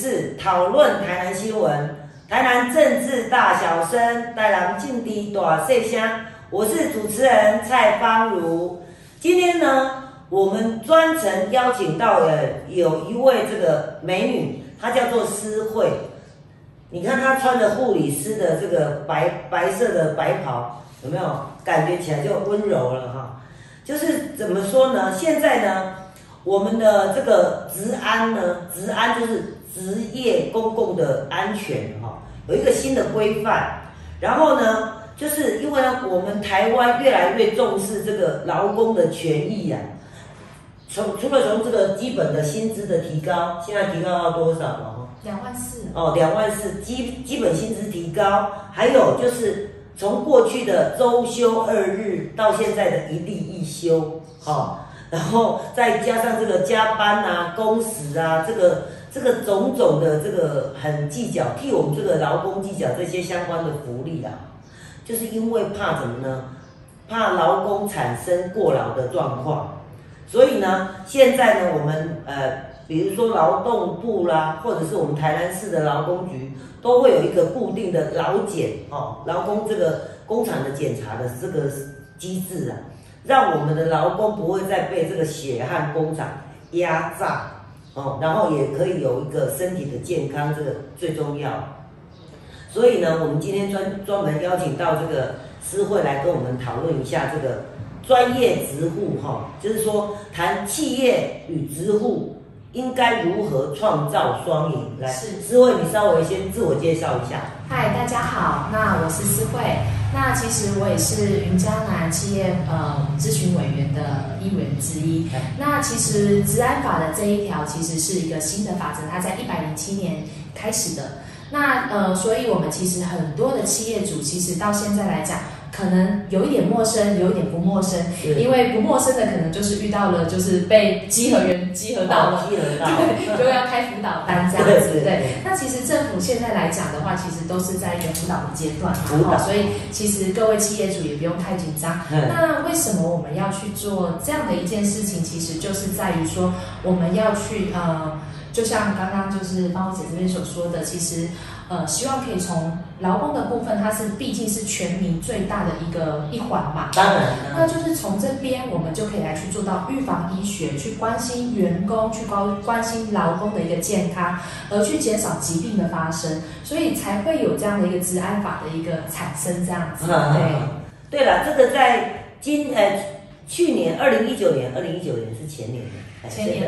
事，讨论台南新闻，台南政治大小声，台南政治大细声。我是主持人蔡芳如。今天呢，我们专程邀请到了有一位这个美女，她叫做施惠。你看她穿着护理师的这个白色的白袍，有没有感觉起来就温柔了哈？就是怎么说呢？现在呢，我们的这个职安就是职业公共的安全哈，有一个新的规范。然后呢，就是因为呢，我们台湾越来越重视这个劳工的权益啊。除了从这个基本的薪资的提高，现在提高到多少了 ？2.4万哦，2.4万基本薪资提高，还有就是从过去的周休2日到现在的一例一休，然后再加上这个加班啊、工时啊，这个种种的这个很计较，替我们这个劳工计较这些相关的福利啊，就是因为怕什么呢？怕劳工产生过劳的状况。所以呢，现在呢，我们比如说劳动部啦，或者是我们台南市的劳工局，都会有一个固定的劳检劳工这个工厂的检查的这个机制啊，让我们的劳工不会再被这个血汗工厂压榨然后也可以有一个身体的健康，这个最重要。所以呢，我们今天专门邀请到这个施惠来跟我们讨论一下这个专业职护就是说谈企业与职护应该如何创造双赢。来，施惠，你稍微先自我介绍一下。 嗨，大家好，那我是施惠。那其实我也是云嘉南企业咨询委员的一员之一。那其实职安法的这一条其实是一个新的法则，它在107年开始的。那所以我们其实很多的企业主其实到现在来讲，可能有一点陌生，有一点不陌生，因为不陌生的可能就是遇到了，就是被稽核员稽核到了，对，就要开辅导单这样子。对，那其实政府现在来讲的话，其实都是在一个辅导的阶段嘛，所以其实各位企业主也不用太紧张。那为什么我们要去做这样的一件事情？其实就是在于说，我们要去就像刚刚就是芳如姐这边所说的，其实希望可以从劳工的部分，它是毕竟是全民最大的一环嘛。 当然， 那就是从这边我们就可以来去做到预防医学，去关心员工，去关心劳工的一个健康，而去减少疾病的发生，所以才会有这样的一个职安法的一个产生这样子。 对了，这个在去年2019年是前年的。 前年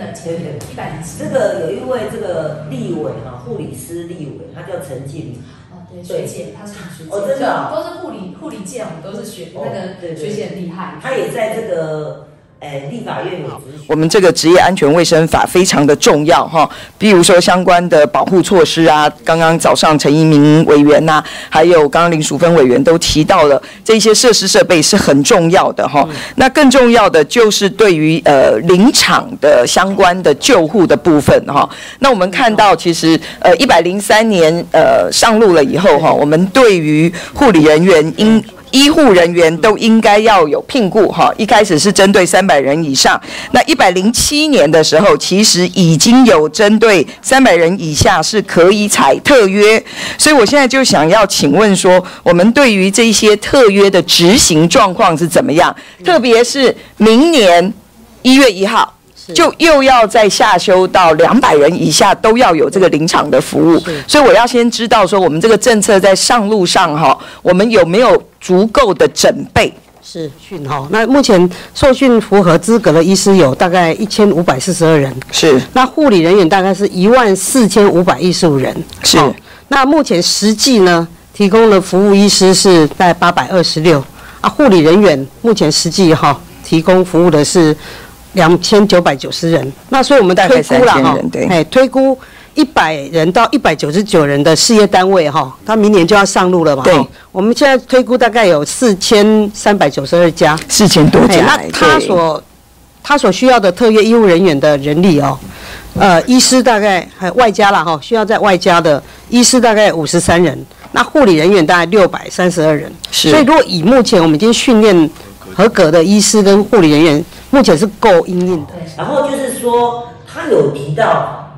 107。 这个有一位这个立委护理师立委，他叫陈静瑜。 对，学姐，她是学姐。 真的都是护理界，我们都是那个学姐很厉害。 她也在这个立法院有咨询。 我们这个职业安全卫生法非常的重要哈，比如说相关的保护措施啊，刚刚早上陈一鸣委员呐，还有刚刚林淑芬委员都提到了这些设施设备是很重要的哈。那更重要的就是对于临场的相关的救护的部分哈。那我们看到其实103年上路了以后哈，我们对于护理人员医护人员都应该要有聘雇哈，一开始是针对300人以上，那107年的时候，其实已经有针对300人以下是可以采特约，所以我现在就想要请问说，我们对于这些特约的执行状况是怎么样？特别是明年1月1号。就又要再下修到200人以下都要有这个临场的服务，所以我要先知道说我们这个政策在上路上我们有没有足够的准备？ 是训那目前受训符合资格的医师有大概1542人，是。那护理人员大概是14515人，是。那目前实际呢提供的服务医师是在826护理人员目前实际提供服务的是2990人，那所以我们推估了推估100人到199人的事业单位他明年就要上路了嘛。对，我们现在推估大概有4392家，4000多家。那他所需要的特约医务人员的人力医师大概还外加啦需要再外加的医师大概53人，那护理人员大概632人。所以如果以目前我们已经训练合格的医师跟护理人员，目前是够因应的。 然后就是说，他有提到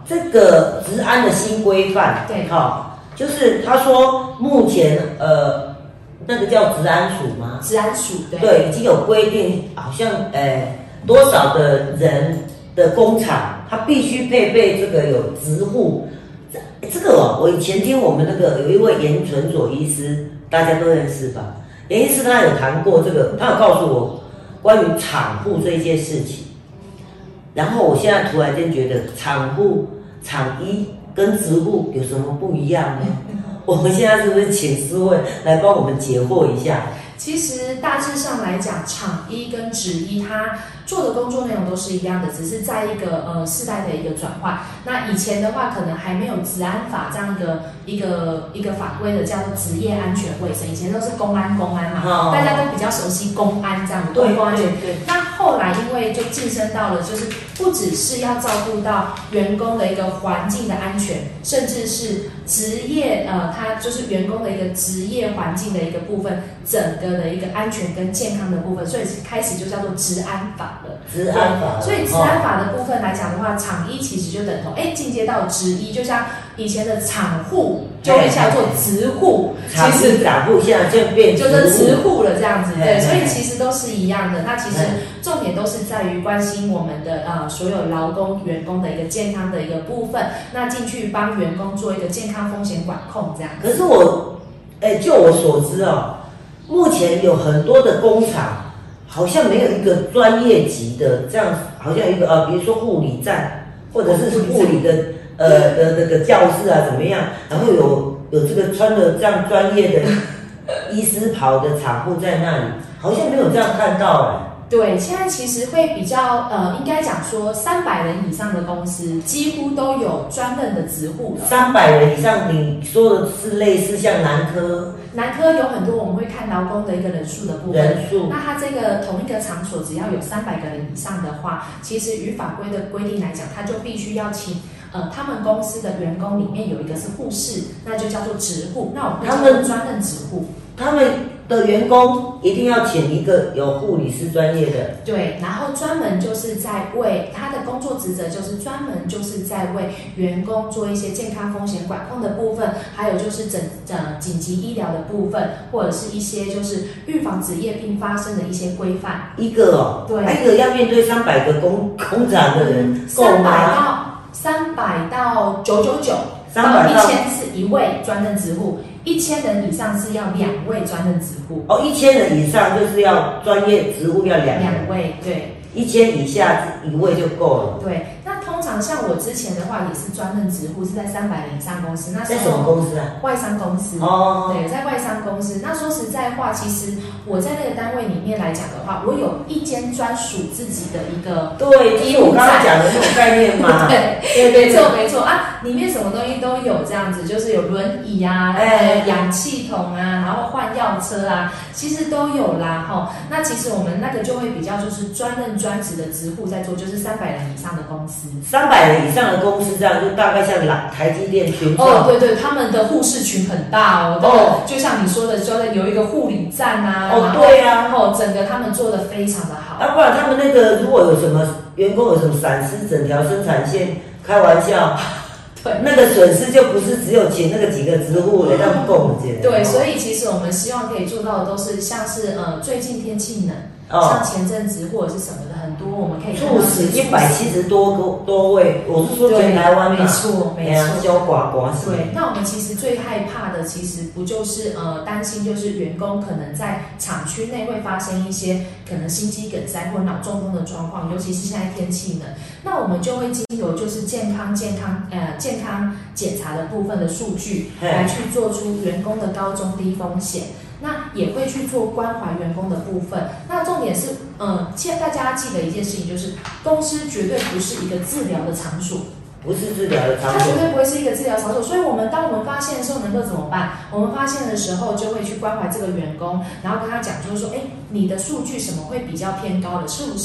这个职安的新规范， 对， 好，就是他说目前那个叫职安署吗？ 职安署对，已经有规定，好像多少的人的工厂，它必须配备这个有职护。这个我以前听我们那个有一位严纯佐医师，大家都认识吧？严医师他有谈过这个，他有告诉我关于厂护这一件事情。然后我现在突然间觉得厂护、厂医跟职护有什么不一样呢？我们现在是不是请思慧来帮我们解惑一下？ 其实大致上来讲，厂医跟职医它做的工作内容都是一样的，只是在一个世代的一个转换。那以前的话，可能还没有职安法这样一个法规的叫做职业安全卫生，以前都是公安嘛，大家都比较熟悉公安这样的公共安全。那后来因为就晋升到了，就是不只是要照顾到员工的一个环境的安全，甚至是职业它就是员工的一个职业环境的一个部分，整个的一个安全跟健康的部分，所以开始就叫做职安法了。 职安法， 所以职安法的部分来讲的话，厂医其实就等同进阶到职医，就像以前的厂护就会叫做职护， 其实厂护现在就变就是职护了这样子，对，所以其实都是一样的。那其实重点都是在于关心我们的所有劳工员工的一个健康的一个部分，那进去帮员工做一个健康风险管控这样。 可是就我所知目前有很多的工厂好像没有一个专业级的这样，好像有一个比如说护理站或者是护理的那个教室啊怎么样，然后有这个穿着这样专业的医师袍的厂护在那里，好像没有这样看到对，现在其实会比较应该讲说300人以上的公司几乎都有专任的职护了。 300人以上，你说的是类似像南科有很多我们会看劳工的一个人数的部分，那它这个同一个场所只要有300个人以上的话，其实与法规的规定来讲，它就必须要请他们公司的员工里面有一个是护士，那就叫做职护，那我们叫做专任职护。 他们的员工一定要请一个有护理师专业的， 对，然后专门就是在为他的工作职责就是专门就是在为员工做一些健康风险管控的部分，还有就是紧急医疗的部分，或者是一些就是预防职业病发生的一些规范。 一个对，一个要面对300个工厂的人，够吗 ？300到999，到1000是1位专任职护。1000人以上是要2位专任职护 ，1000人以上就是要专业职护要2 位，对 ，1000以下1位就够了。 对，那通常像我之前的话也是专任职护，是在300人以上公司，那在什么公司啊？ 外商公司对，在外商公司。那说实在话，其实我在那个单位里面来讲的话，我有一间专属自己的一个对，就是我刚刚讲的那种概念嘛。 对，没错啊，里面什么东西都有这样子，就是有轮椅啊，氧气筒啊，然后换药车啊，其实都有啦那其实我们那个就会比较就是专任专职的职护在做，就是300人以上的公司。 300人以上的公司这样，就大概像台积电群对，他们的护士群很大就像你说的，有一个护理站啊， 对啊， 整个他们做的非常的好。 不然他们那个如果有什么员工有什么闪失，整条生产线，开玩笑。那个损失就不是只有请那个几个职护来让供的。 对，所以其实我们希望可以做到的都是像是最近天气冷，像前阵子或者是什么的，很多我们可以猝死170多位，我是说全台湾嘛， 没错， 焦寡死。 对，那我们其实最害怕的，其实不就是担心就是员工可能在厂区内会发生一些可能心肌梗塞或脑中风的状况，尤其是现在天气冷，那我们就会经由就是健康检查的部分的数据来去做出员工的高中低风险。那也会去做关怀员工的部分。那重点是，大家记得一件事情，就是公司绝对不是一个治疗的场所。 不是治疗的场所， 它绝对不会是一个治疗场所。所以当我们发现的时候，能够怎么办？我们发现的时候，就会去关怀这个员工，然后跟他讲，就是说，你的数据什么会比较偏高的？是不是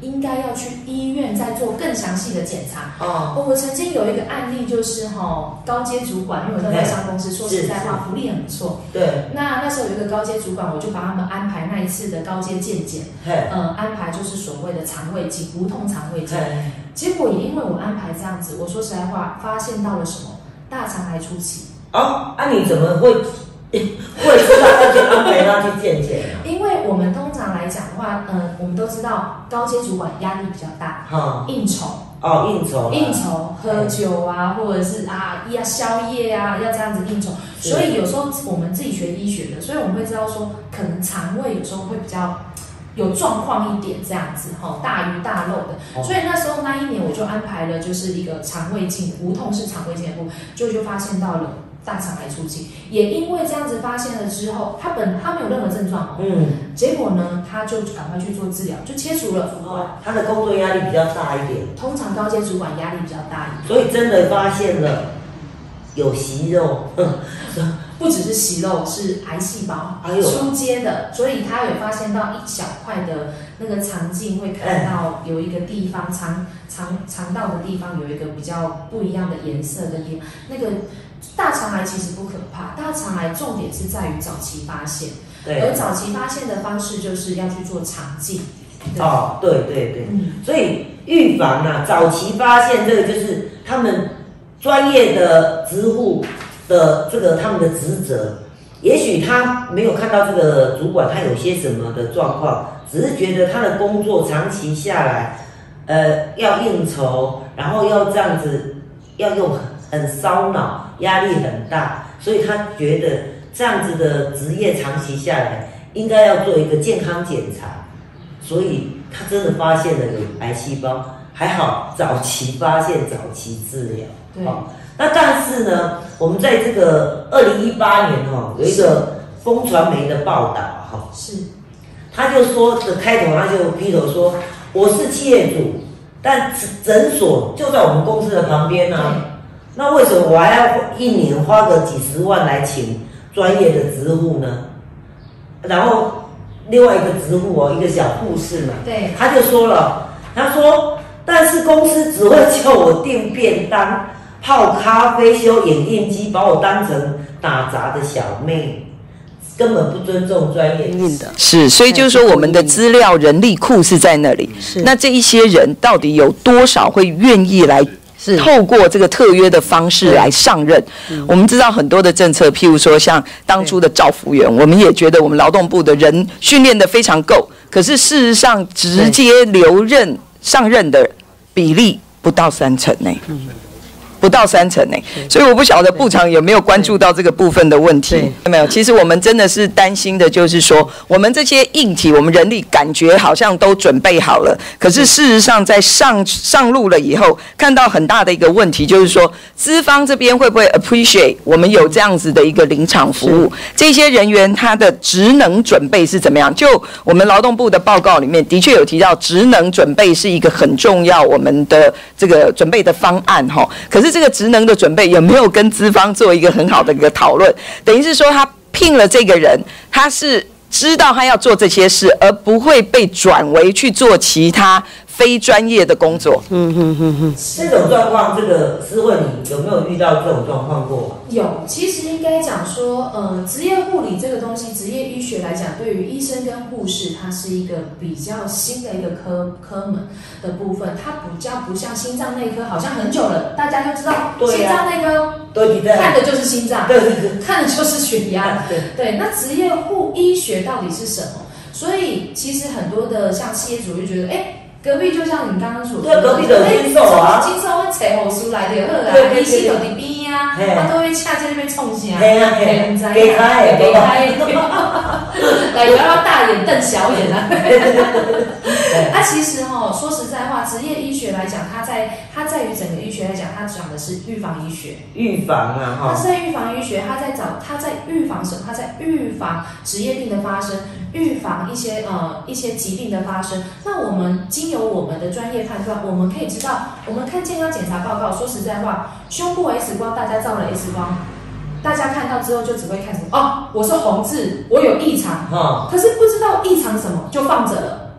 应该要去医院再做更详细的检查。 哦， 我曾经有一个案例，就是高阶主管，因为我在外商公司，说实在话，福利很不错。 对。 那时候有一个高阶主管，我就帮他们安排那一次的高阶健检，安排就是所谓的肠胃镜，无痛肠胃镜。结果也因为我安排这样子，我说实在话，发现到了什么大肠癌初期。 你怎么会知道要去安排他去健检啊？ 因为我们通常来讲的话，我们都知道高阶主管压力比较大，应酬。应酬，喝酒啊，或者是要宵夜啊，要这样子应酬。所以有时候我们自己学医学的，所以我们会知道说，可能肠胃有时候会比较有状况一点这样子，大鱼大肉的。所以那时候那一年我就安排了就是一个肠胃镜，无痛式肠胃镜的部分，就发现到了大肠癌初期。也因为这样子发现了之后，他没有任何症状结果呢，他就赶快去做治疗，就切除了腹管。 他的工作压力比较大一点， 通常高阶主管压力比较大一点， 所以真的发现了有息肉。 不只是息肉，是癌细胞初阶的，所以他有发现到一小块的那个肠镜，会看到有一个地方肠道的地方有一个比较不一样的颜色跟地方。那个大肠癌其实不可怕，大肠癌重点是在于早期发现，而早期发现的方式就是要去做肠镜。 对，所以预防早期发现这个就是他们专业的职护的这个他们的职责，也许他没有看到这个主管他有些什么的状况，只是觉得他的工作长期下来，要应酬，然后要这样子，要用很烧脑，压力很大，所以他觉得这样子的职业长期下来，应该要做一个健康检查，所以他真的发现了有癌细胞，还好早期发现，早期治疗。 对。 那但是呢，我们在这个2018年有一个风传媒的报道是， 他就说的开头他就劈头说，我是企业主，但诊所就在我们公司的旁边那为什么我还要一年花个几十万来请专业的职护呢？然后另外一个职护一个小护士嘛， 对， 他就说了，他说，但是公司只会叫我订便当、泡咖啡、修影印机，把我当成打杂的小妹，根本不尊重专业。 是，所以就是说，我们的资料人力库是在那里。那这一些人到底有多少会愿意来透过这个特约的方式来上任？我们知道很多的政策，譬如说像当初的照服员，我们也觉得我们劳动部的人训练得非常够，可是事实上直接留任上任的比例不到30%呢。不到30%呢，所以我不晓得部长有没有关注到这个部分的问题。没有，其实我们真的是担心的，就是说我们这些硬体，我们人力感觉好像都准备好了，可是事实上在上路了以后，看到很大的一个问题，就是说资方这边会不会 appreciate 我们有这样子的一个临场服务？这些人员他的职能准备是怎么样？就我们劳动部的报告里面的确有提到，职能准备是一个很重要我们的这个准备的方案哈。可是这个职能的准备有没有跟资方做一个很好的一个讨论？等于是说他聘了这个人，他是知道他要做这些事，而不会被转为去做其他非专业的工作。 这种状况，这个思慧，你有没有遇到这种状况过？ 有，其实应该讲说，职业护理这个东西，职业医学来讲，对于医生跟护士，它是一个比较新的一个科门的部分，它比较不像心脏内科，好像很久了，大家就知道，心脏内科看的就是心脏，看的就是血压，对，那职业医学到底是什么？所以其实很多的像企业主就觉得，隔壁就像你刚刚所说的， 隔壁的金寿啊， 金寿我找护士来就好啦，医生就伫边啊，我都会恰在那边冲啥，唔知啊，给开，来不要大眼瞪小眼啊。其实说实在话，职业医学来讲，它在于整个医学来讲，它讲的是预防医学。预防啊，它是在预防医学，它在预防什么？它在预防职业病的发生，预防一些疾病的发生。那我们经由我们的专业判断，我们可以知道，我们看健康检查报告，说实在话，胸部 X 光大家照了 X 光。大家看到之后就只会看什么？我是红字，我有异常，可是不知道异常什么就放着了。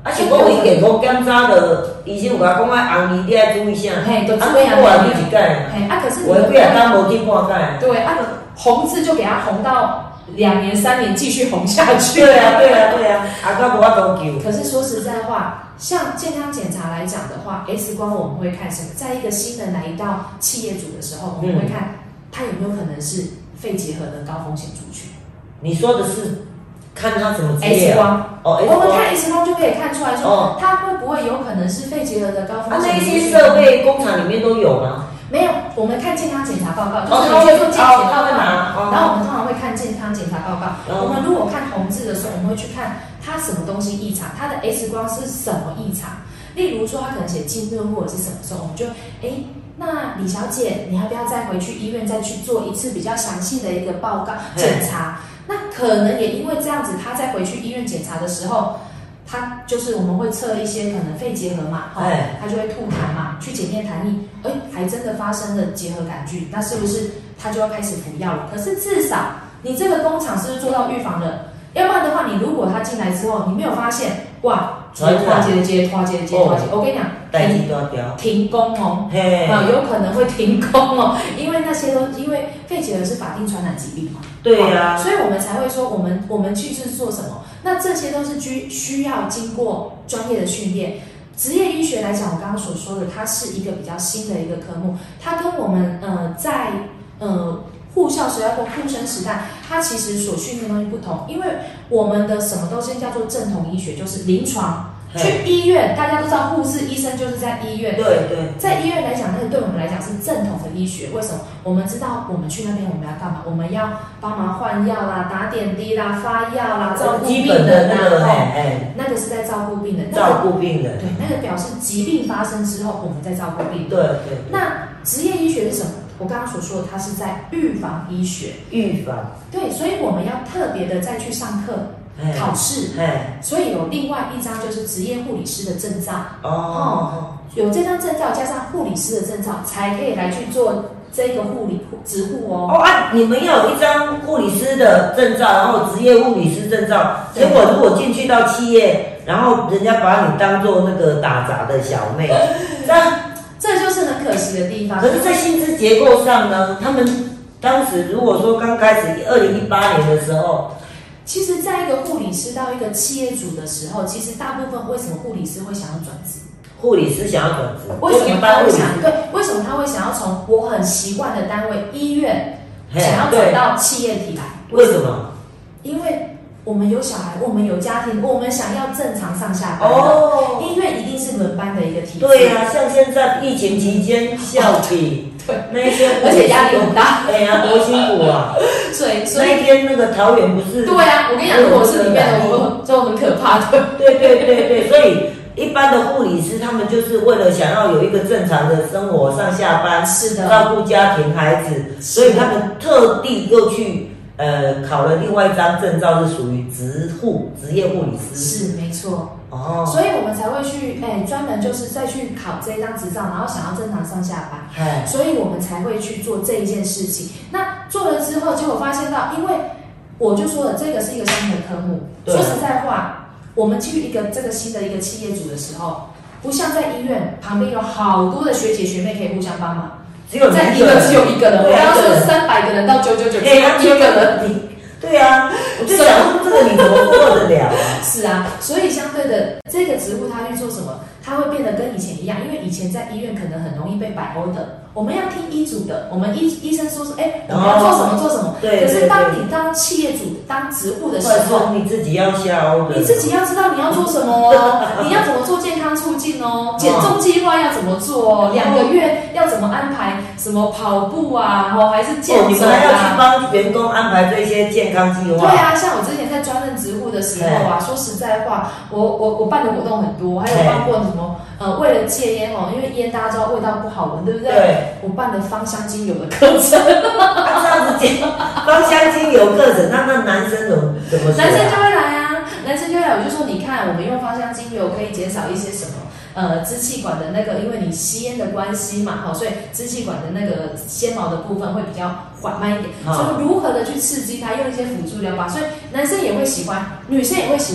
是讲伊健康检查的医生有甲讲啊，红字你爱注意啥？ 嘿，就啊，过来去一届， 嘿，啊，可是我几啊天无去半届。 对，啊，红字就给他红到2年3年继续红下去。 对啊，啊，到无法度救。 可是说实在话，像健康检查来讲的话 ，X 光我们会看什么？在一个新人来到企业主的时候，我们会看他有没有可能是肺结核的高风险族群。 你说的是看他什么资料 ？X 光哦， 我们看 X 光就可以看出来说，他会不会有可能是肺结核的高风险族群？ 那些设备工厂里面都有吗？ 没有，我们看健康检查报告，就是你去做健检报告，然后我们通常会看健康检查报告。我们如果看红字的时候，我们会去看它什么东西异常，它的 X 光是什么异常。例如说，它可能写浸润或者是什么时候，我们就那李小姐，你要不要再回去医院再去做一次比较详细的一个报告检查？那可能也因为这样子，他再回去医院检查的时候。他就是我们会测一些可能肺结核嘛，他就会吐痰嘛，去检验痰液，还真的发生了结核杆菌，那是不是他就要开始服药了？可是至少你这个工厂是不是做到预防了？要不然的话，你如果他进来之后，你没有发现，哇，接，我跟你讲，停工哦，有可能会停工哦，因为那些因为肺结核是法定传染疾病嘛， 对呀， 所以我们才会说我们去是做什么？那这些都是需要经过专业的训练。职业医学来讲，我刚刚所说的，它是一个比较新的一个科目，它跟我们在护校时代或护生时代，它其实所训练的东西不同，因为我们的什么东西叫做正统医学，就是临床。去医院，大家都知道护士、医生就是在医院。 对， 在医院来讲，那个对我们来讲是正统的医学。为什么？我们知道我们去那边我们要干嘛？我们要帮忙换药啦、打点滴啦、发药啦、照顾病人啦。那个是在照顾病人。 照顾病人。 对，那个表示疾病发生之后，我们在照顾病人。 对。 那职业医学是什么？我刚刚所说的，它是在预防医学。 预防。 对，所以我们要特别的再去上课。考试，所以有另外一张就是职业护理师的证照有这张证照加上护理师的证照，才可以来去做这个护理职护你们要有一张护理师的证照，然后职业护理师证照。结果如果进去到企业，然后人家把你当做那个打杂的小妹， 这就是很可惜的地方。 可是，在薪资结构上呢，他们当时如果说刚开始2018年的时候。 其实，在一个护理师到一个企业主的时候，其实大部分为什么护理师会想要转职？ 护理师想要转职， 为什么他会想？对，为什么他会想要从我很习惯的单位医院，想要转到企业体来？ 为什么？ 因为我们有小孩，我们有家庭，我们想要正常上下班医院一定是轮班的一个体制。 对呀，像现在疫情期间，校比那些， 而且压力很大。 对呀，多辛苦啊！ 所以那一天那个桃园不是？ 对啊，我跟你讲，如果是里面的，我就很可怕的。 对，所以一般的护理师他们就是为了想要有一个正常的生活，上下班， 是的， 照顾家庭孩子，所以他们特地又去考了另外一张证照，是属于职业护理师。 是没错。所以我们才会去专门就是再去考这一张执照，然后想要正常上下班，所以我们才会去做这一件事情。那做了之后，结果发现到，因为我就说了，这个是一个新的科目。说实在话，我们去这个新的一个企业主的时候，不像在医院旁边有好多的学姐学妹可以互相帮忙，在医院只有一个人。我刚刚说300个人到999，只有一个人。 对啊，我就想这个你怎么做得了啊？ 是啊，所以相对的，这个职务他去做什么，他会变得跟以前一样，因为以前在医院可能很容易被摆欧的，我们要听医嘱的，我们医生说是我们要做什么做什么。 对。 可是当你当企业主当职务的时候， 你自己要下欧的， 你自己要知道你要做什么你要怎么做健康促进减重计划要怎么做2个月要怎么安排，什么跑步啊，还是健走啊， 你们还要去帮员工安排这些健康计划。 对啊，像我之前在专任职务的时候啊，说实在话，我办的活动很多，还有办过什么为了戒烟因为烟大家知道味道不好闻，对不对？ 对。 我办了芳香精油的课程。 这样子讲，芳香精油课程，那男生怎么说？ 男生就会来啊，男生就会来，我就说你看，我们用芳香精油可以减少一些什么。支气管的那个，因为你吸烟的关系嘛，所以支气管的那个纤毛的部分会比较缓慢一点。所以如何的去刺激它，用一些辅助疗法，所以男生也会喜欢，女生也会喜欢。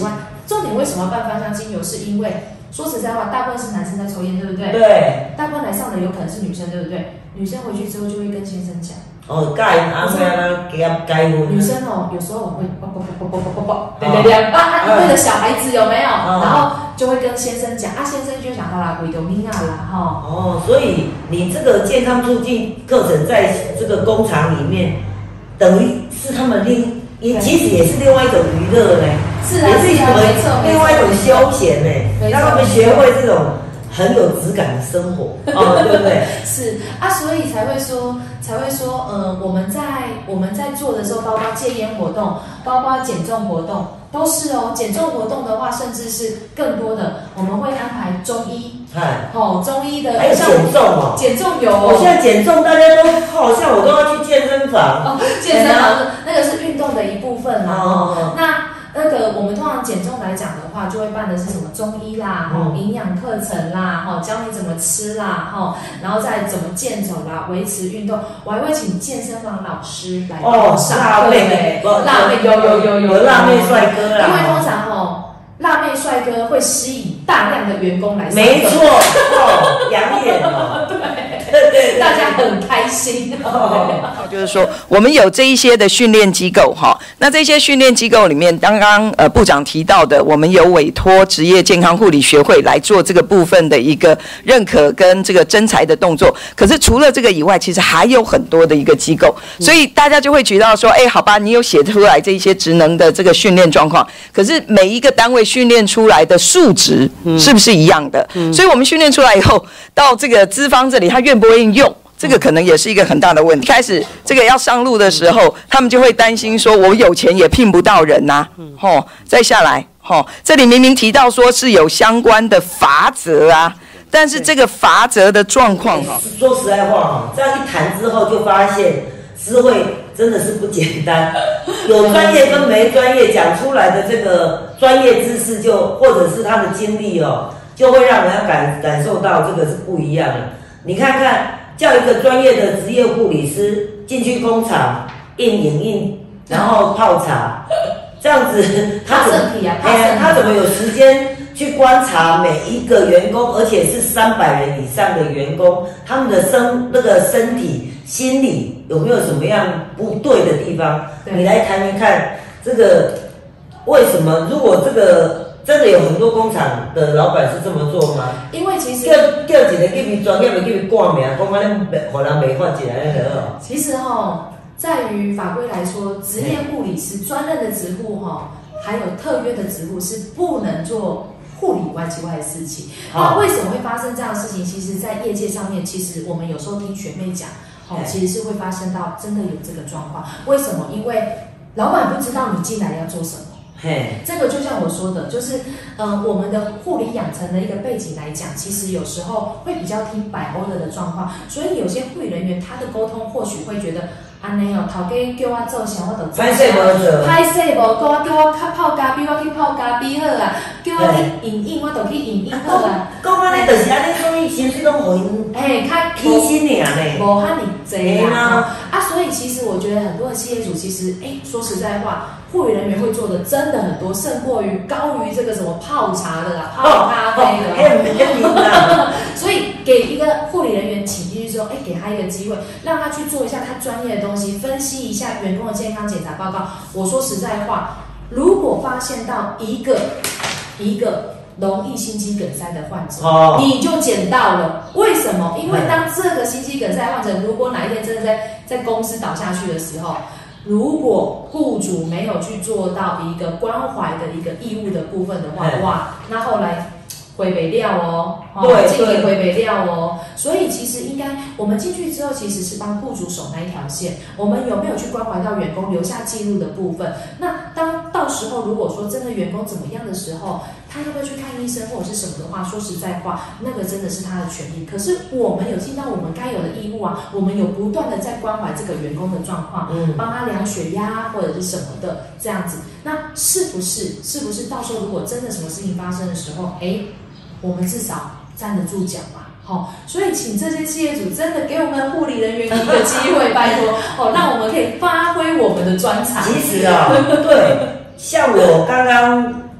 重点为什么要办芳香精油？是因为说实在话，大部分是男生在抽烟，对不对？ 对。 大部分来上的有可能是女生，对不对？女生回去之后就会跟先生讲。 哦，改啊，给他改婚。 女生哦，有时候会对，为了小孩子有没有？然后就会跟先生讲啊，先生就想到啦，为着囡仔啦，哈。 哦，所以你这个健康促进课程在这个工厂里面，等于是他们其实也是另外一种娱乐嘞， 是啊， 也是一种没错， 另外一种休闲嘞，让他们学会这种很有质感的生活，哦，对不对？ 是啊，所以才会说，我们在做的时候，包括戒烟活动，包括减重活动，都是哦。减重活动的话，甚至是更多的，我们会安排中医，中医的， 还有减重哦， 减重有哦。 我现在减重，大家都好像我都要去健身房， 健身房那个是运动的一部分啦。那个我们通常减重来讲的话，就会办的是什么中医啦，营养课程啦，教你怎么吃啦，然后再怎么健走啦，维持运动。我还会请健身房老师来帮我上课嘞。辣妹有辣妹帅哥啦， 因为通常辣妹帅哥会吸引大量的员工来上课。 没错，养眼哦， 对，大家很开心。 就是说，我们有这一些的训练机构哈，那这些训练机构里面，刚刚部长提到的，我们有委托职业健康护理学会来做这个部分的一个认可跟这个征才的动作。可是除了这个以外，其实还有很多的一个机构，所以大家就会觉得说，好吧，你有写出来这一些职能的这个训练状况，可是每一个单位训练出来的数值是不是一样的？所以我们训练出来以后，到这个资方这里，他愿不愿意用？这个可能也是一个很大的问题。开始这个要上路的时候，他们就会担心说，我有钱也聘不到人呐。再下来，这里明明提到说是有相关的罚则啊，但是这个罚则的状况说实在话这样一谈之后，就发现思慧真的是不简单，有专业跟没专业讲出来的这个专业知识或者是他的经历就会让人家感受到这个是不一样的。你看看。叫一个专业的职业护理师进去工厂印影印，然后泡茶，这样子他怎么有时间去观察每一个员工，而且是300人以上的员工，他们的身体、心理有没有什么样不对的地方？你来谈谈看，这个为什么？如果这个。真的有很多工厂的老板是这么做吗？ 因为其实叫一个叫你专业的叫你挂名，讲安尼让人没法进来那个。 其实在于法规来说，职业护理师专任的职护还有特约的职护是不能做护理以外之外的事情。那为什么会发生这样的事情？其实，在业界上面，其实我们有时候听学妹讲，其实是会发生到真的有这个状况。为什么？因为老板不知道你进来要做什么。这个就像我说的，就是我们的护理养成的一个背景来讲，其实有时候会比较听摆欧的状况，所以有些护理人员他的沟通或许会觉得，安尼头家叫我做啥我就做啥，歹势无做，叫我泡咖啡我去泡咖啡好啊，叫我去影印我就去影印好啊。 讲安尼就是安尼，所以薪水拢互因较起薪尔咧， 无遐尼济啦。所以其实我觉得很多的企业主其实，说实在话。护理人员会做的真的很多，胜过于高于这个什么泡茶的啦、泡咖啡的。所以给一个护理人员请进去之后，给他一个机会，让他去做一下他专业的东西，分析一下员工的健康检查报告。我说实在话，如果发现到一个容易心肌梗塞的患者，你就捡到了。为什么？因为当这个心肌梗塞患者如果哪一天真的在公司倒下去的时候，如果雇主没有去做到一个关怀的一个义务的部分的话，哇，那后来回北料进也回北料所以其实应该我们进去之后，其实是帮雇主守那一条线。我们有没有去关怀到员工留下记录的部分？那到时候如果说真的员工怎么样的时候，他要不要去看医生或者是什么的话，说实在话，那个真的是他的权利。可是我们有尽到我们该有的义务啊，我们有不断的在关怀这个员工的状况，帮他量血压或者是什么的这样子。那是不是到时候如果真的什么事情发生的时候，我们至少站得住脚嘛。所以请这些企业主真的给我们护理人员一个机会，拜托让我们可以发挥我们的专长。 其实对，像我刚刚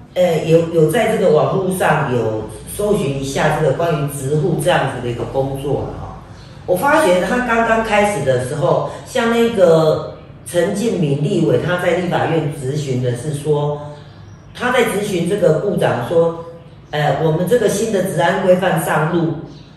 有在这个网络上有搜寻一下这个关于职护这样子的一个工作了哈。我发觉他刚刚开始的时候，像那个陈进敏立委，他在立法院质询的是说，他在质询这个部长说，我们这个新的职安规范上路，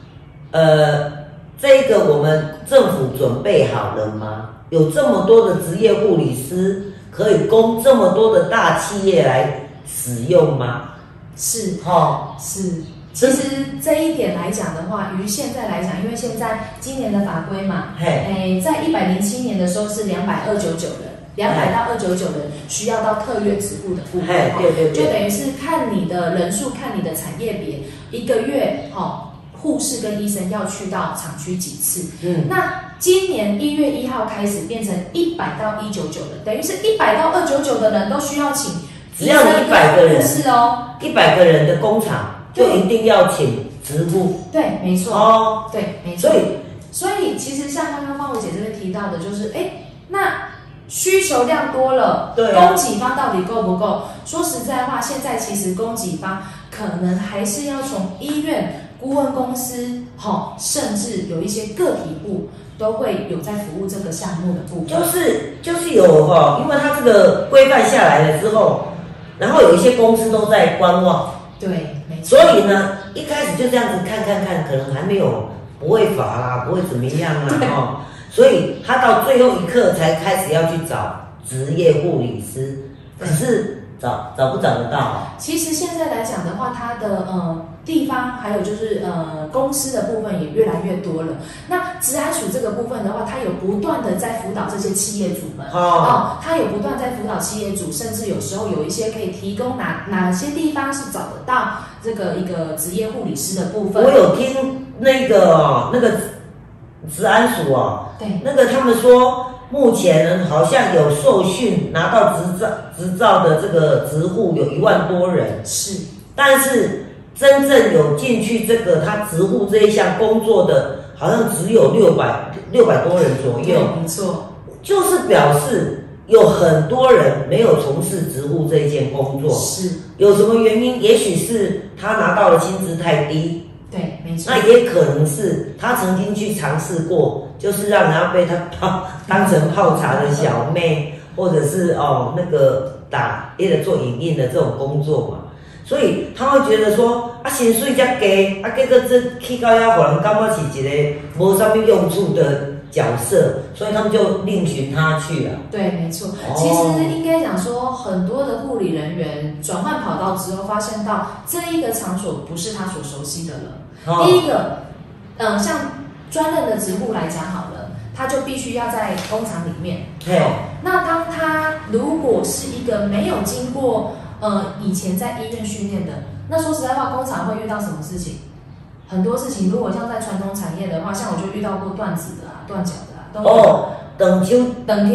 这个我们政府准备好了吗？有这么多的职业护理师可以供这么多的大企业来使用吗？ 是，是。其实这一点来讲的话，于现在来讲，因为现在今年的法规嘛，在107年的时候是229人，200到299人需要到特约职护的部分， 对， 就等于是看你的人数，看你的产业别，一个月护士跟医生要去到厂区几次。那今年1月1号开始变成100到199人，等于是100到299的人都需要请， 只要你100个人是哦 ，100个人的工厂。就一定要请职护， 对，没错，对，没错。所以其实像刚刚芳茹姐这边提到的，就是那需求量多了，对，供给方到底够不够？说实在话，现在其实供给方可能还是要从医院、顾问公司，甚至有一些个体户都会有在服务这个项目的部分。就是有因为它这个规范下来了之后，然后有一些公司都在观望。对，没错。 所以呢，一开始就这样子看，可能还没有不会罚啦，不会怎么样啦所以他到最后一刻才开始要去找职业护理师，可是找不找得到？ 其实现在来讲的话，它的地方还有就是公司的部分也越来越多了。那职安署这个部分的话，它有不断的在辅导这些企业主们它有不断在辅导企业主，甚至有时候有一些可以提供哪些地方是找得到这个一个职业护理师的部分。 我有听那个职安署对，那个他们说。目前好像有受训拿到执照的这个职护有1万多人， 是， 但是真正有进去这个他职护这一项工作的，好像只有600多人左右， 没错， 就是表示有很多人没有从事职护这一件工作， 是，有什么原因？也许是他拿到的薪资太低。 对，没错。 那也可能是他曾经去尝试过，就是让人家被他当成泡茶的小妹，或者是那个做影印的这种工作嘛，所以他会觉得说薪水这低，结果这去到遐，可能感觉是一个无什么用处的角色，所以他们就另寻他去了。 对，没错。其实应该讲说，很多的护理人员转换跑道之后，发现到这一个场所不是他所熟悉的了。第一个，像专任的职护来讲好了，他就必须要在工厂里面。那当他如果是一个没有经过以前在医院训练的，那说实在话，工厂会遇到什么事情？很多事情，如果像在传统产业的话，像我就遇到过断指的断脚的等手等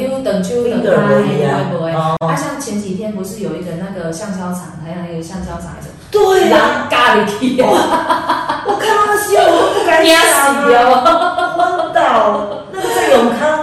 他像前几天不是有一个那个橡胶厂，还有那个橡胶厂对啊，咖喱鸡我看到那新闻我都不敢想昏倒，那个在永康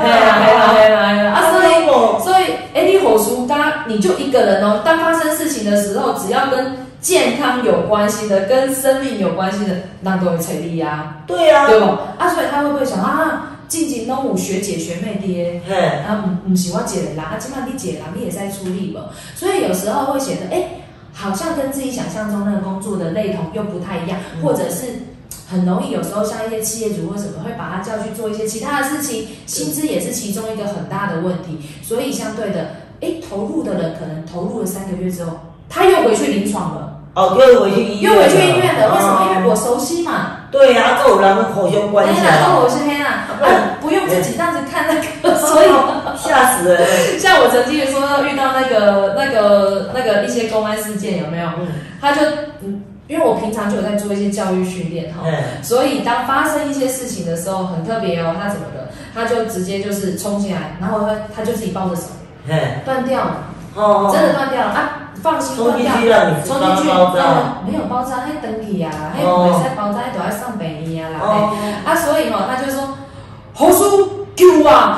所以你火叔你就一个人当发生事情的时候，只要跟健康有关系的，跟生命有关系的，那都会催力啊。 对啊， 对吧？所以他会不会想近前拢有学姐学妹爹，不是我一个人今晚你一个人你也在出力吧？所以有时候会觉得，好像跟自己想象中那个工作的类同又不太一样，或者是很容易有时候像一些企业主或什么会把他叫去做一些其他的事情，薪资也是其中一个很大的问题。所以相对的，投入的人可能投入了3个月之后，他又回去临床了。 又回去医院了，为什么？因为我熟悉嘛。 对啊，都有人互相关系啊。我是黑啦，不用自己这样子看那个，所以吓死人。 像我曾经说遇到那个一些公安事件有没有？他就因为我平常就有在做一些教育训练所以当发生一些事情的时候很特别他怎么的？他就直接就是冲进来，然后他就自己抱着手，断掉了，真的断掉了放心， 冲进去让你冲进去，没有包扎，还登去啊，还没使包扎，都要上北医啊啦，所以他就说，侯叔救我，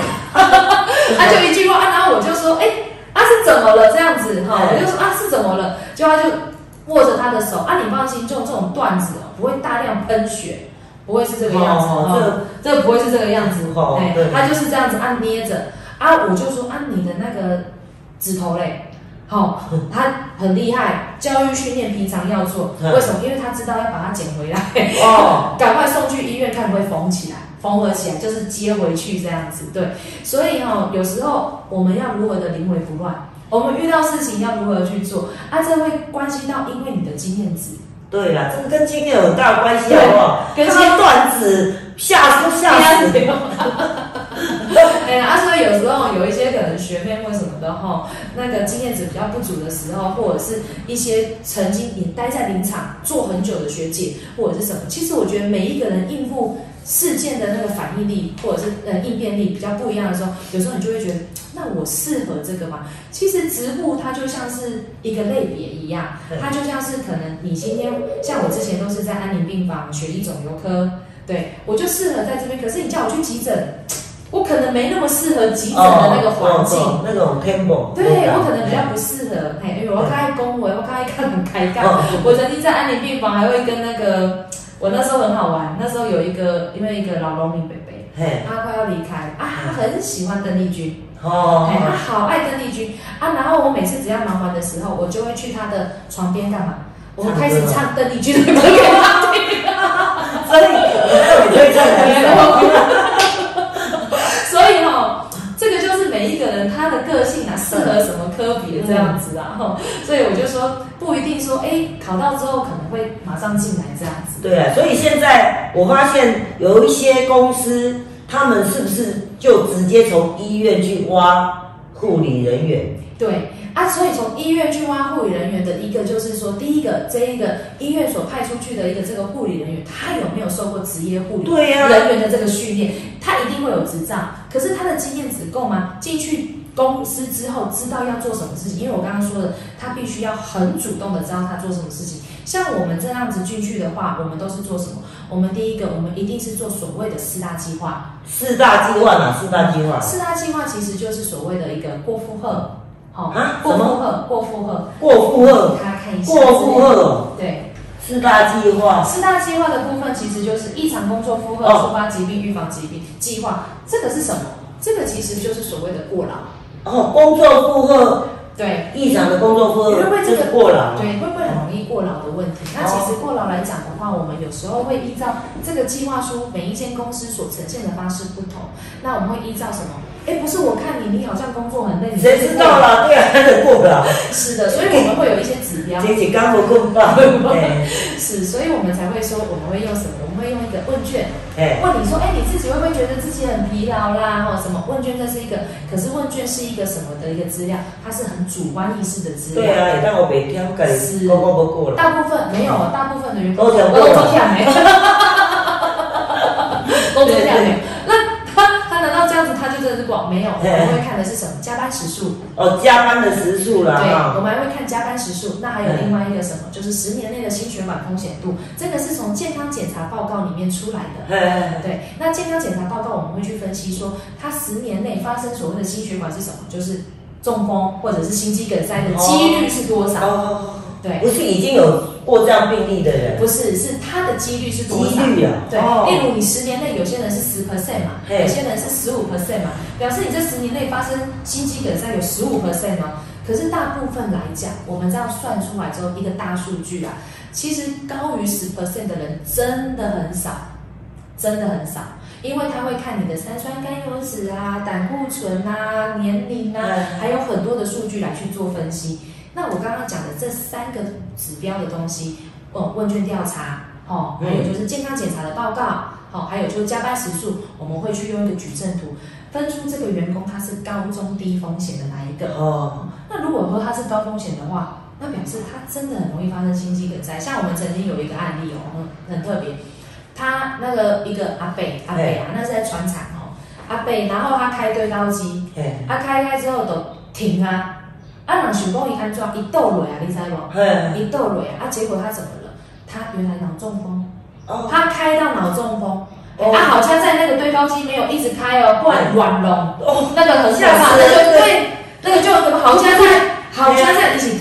他就一句话然后我就说，是怎么了这样子我就说是怎么了？ 了，就他就握着他的手啊，你放心，就这种段子哦，不会大量喷血，不会是这个样子，这个不会是这个样子，他就是这样子按捏着啊，我就说按你的那个指头嘞。好，他很厉害，教育训练平常要做，为什么？因为他知道要把它捡回来，赶快送去医院看会不会缝起来，缝合起来就是接回去这样子，对。所以有时候我们要如何的临危不乱，我们遇到事情要如何去做啊？这会关系到因为你的经验值。 对啦，这个跟经验有很大的关系，好不好？跟这些段子吓死。 所以有时候有一些可能学妹或什么的那个经验值比较不足的时候，或者是一些曾经也待在林场做很久的学姐或者是什么，其实我觉得每一个人应付事件的那个反应力或者是应变力比较不一样的时候，有时候你就会觉得，那我适合这个吗？其实植物它就像是一个类别一样，它就像是可能你今天像我之前都是在安宁病房血液肿瘤科，对我就适合在这边，可是你叫我去急诊。我可能没那么适合急诊的那个环境， 那种 tempo， 对我可能比较不适合。因为我开恭维，我开开杠。我曾经在安宁病房还会跟那个，我那时候很好玩，那时候有一个因为一个老农民伯伯，他快要离开啊，他很喜欢邓丽君，他好爱邓丽君啊。然后我每次只要忙完的时候，我就会去他的床边干嘛？我开始唱邓丽君的歌给他听。 所以你会唱很所以这个就是每一个人他的个性适合什么科别这样子所以我就说不一定说考到之后可能会马上进来这样子。 对啊，所以现在我发现有一些公司，他们是不是就直接从医院去挖护理人员？ 对啊，所以从医院去挖护理人员的一个就是说，第一个这一个医院所派出去的一个这个护理人员，他有没有受过职业护理人员的这个训练？他一定会有执照，可是他的经验值够吗？进去公司之后知道要做什么事情，因为我刚刚说的，他必须要很主动的知道他做什么事情。像我们这样子进去的话，我们都是做什么？我们第一个，我们一定是做所谓的4大计划。 4大计划哪4大计划 ？4大计划其实就是所谓的一个过负荷。过负荷，他看一下过负荷， 对 ，4大计划 ，4大计划的部分其实就是异常工作负荷、触发疾病、预防疾病计划。这个是什么？这个其实就是所谓的过劳。 工作负荷， 对， 异常的工作负荷， 会不会这个过劳？ 对，会不会很容易过劳的问题？那其实过劳来讲的话，我们有时候会依照这个计划书，每一间公司所呈现的方式不同，那我们会依照什么？不是，我看你好像工作很累， 谁知道啦？对啊，真的过不了。 是的，所以我们会有一些指标。 姐刚我过不到。 是，所以我们才会说，我们会用什么？我们会用一个问卷，问你说，你自己会不会觉得自己很疲劳啦？什么问卷？这是一个，可是问卷是一个什么的一个资料？它是很主观意识的资料。 对啊，也让我每天改工作不过了。 大部分没有，大部分的员工都这样没，都这样没。他难道这样子他就真的是广？没有，我们会看的是什么？加班时数。 加班的时数啦。 对，我们还会看加班时数。那还有另外一个什么？就是10年内的心血管风险度，这个是从健康检查报告里面出来的。对，那健康检查报告我们会去分析说，他10年内发生所谓的心血管是什么？就是中风或者是心肌梗塞的几率是多少？对， 不是已经有过这样病例的人， 不是，是他的几率是多少？ 几率啊， 对，例如你10年内有些人是10% 嘛，有些人是15% 嘛，表示你这10年内发生心肌梗塞有15% 吗？可是大部分来讲，我们这样算出来之后，一个大数据啊，其实高于10% 的人真的很少，真的很少。因为他会看你的三酸甘油酯啊、胆固醇啊、年龄啊，还有很多的数据来去做分析。那我刚刚讲的这3个指标的东西，问卷调查，还有就是健康检查的报告，还有就是加班时数，我们会去用一个矩阵图分出这个员工他是高中低风险的哪一个。那如果说他是高风险的话，那表示他真的很容易发生心肌梗塞。像我们曾经有一个案例很特别，他那个一个阿伯啊，那是在船厂阿伯，然后他开堆高机，开之后都停啊。人想讲伊安怎，伊倒落啊，你知无？伊倒落啊，结果他怎么了？他原来脑中风，他开到脑中风。好像在那个堆高机没有一直开不然软龙，那个很可怕，那个就好加在一起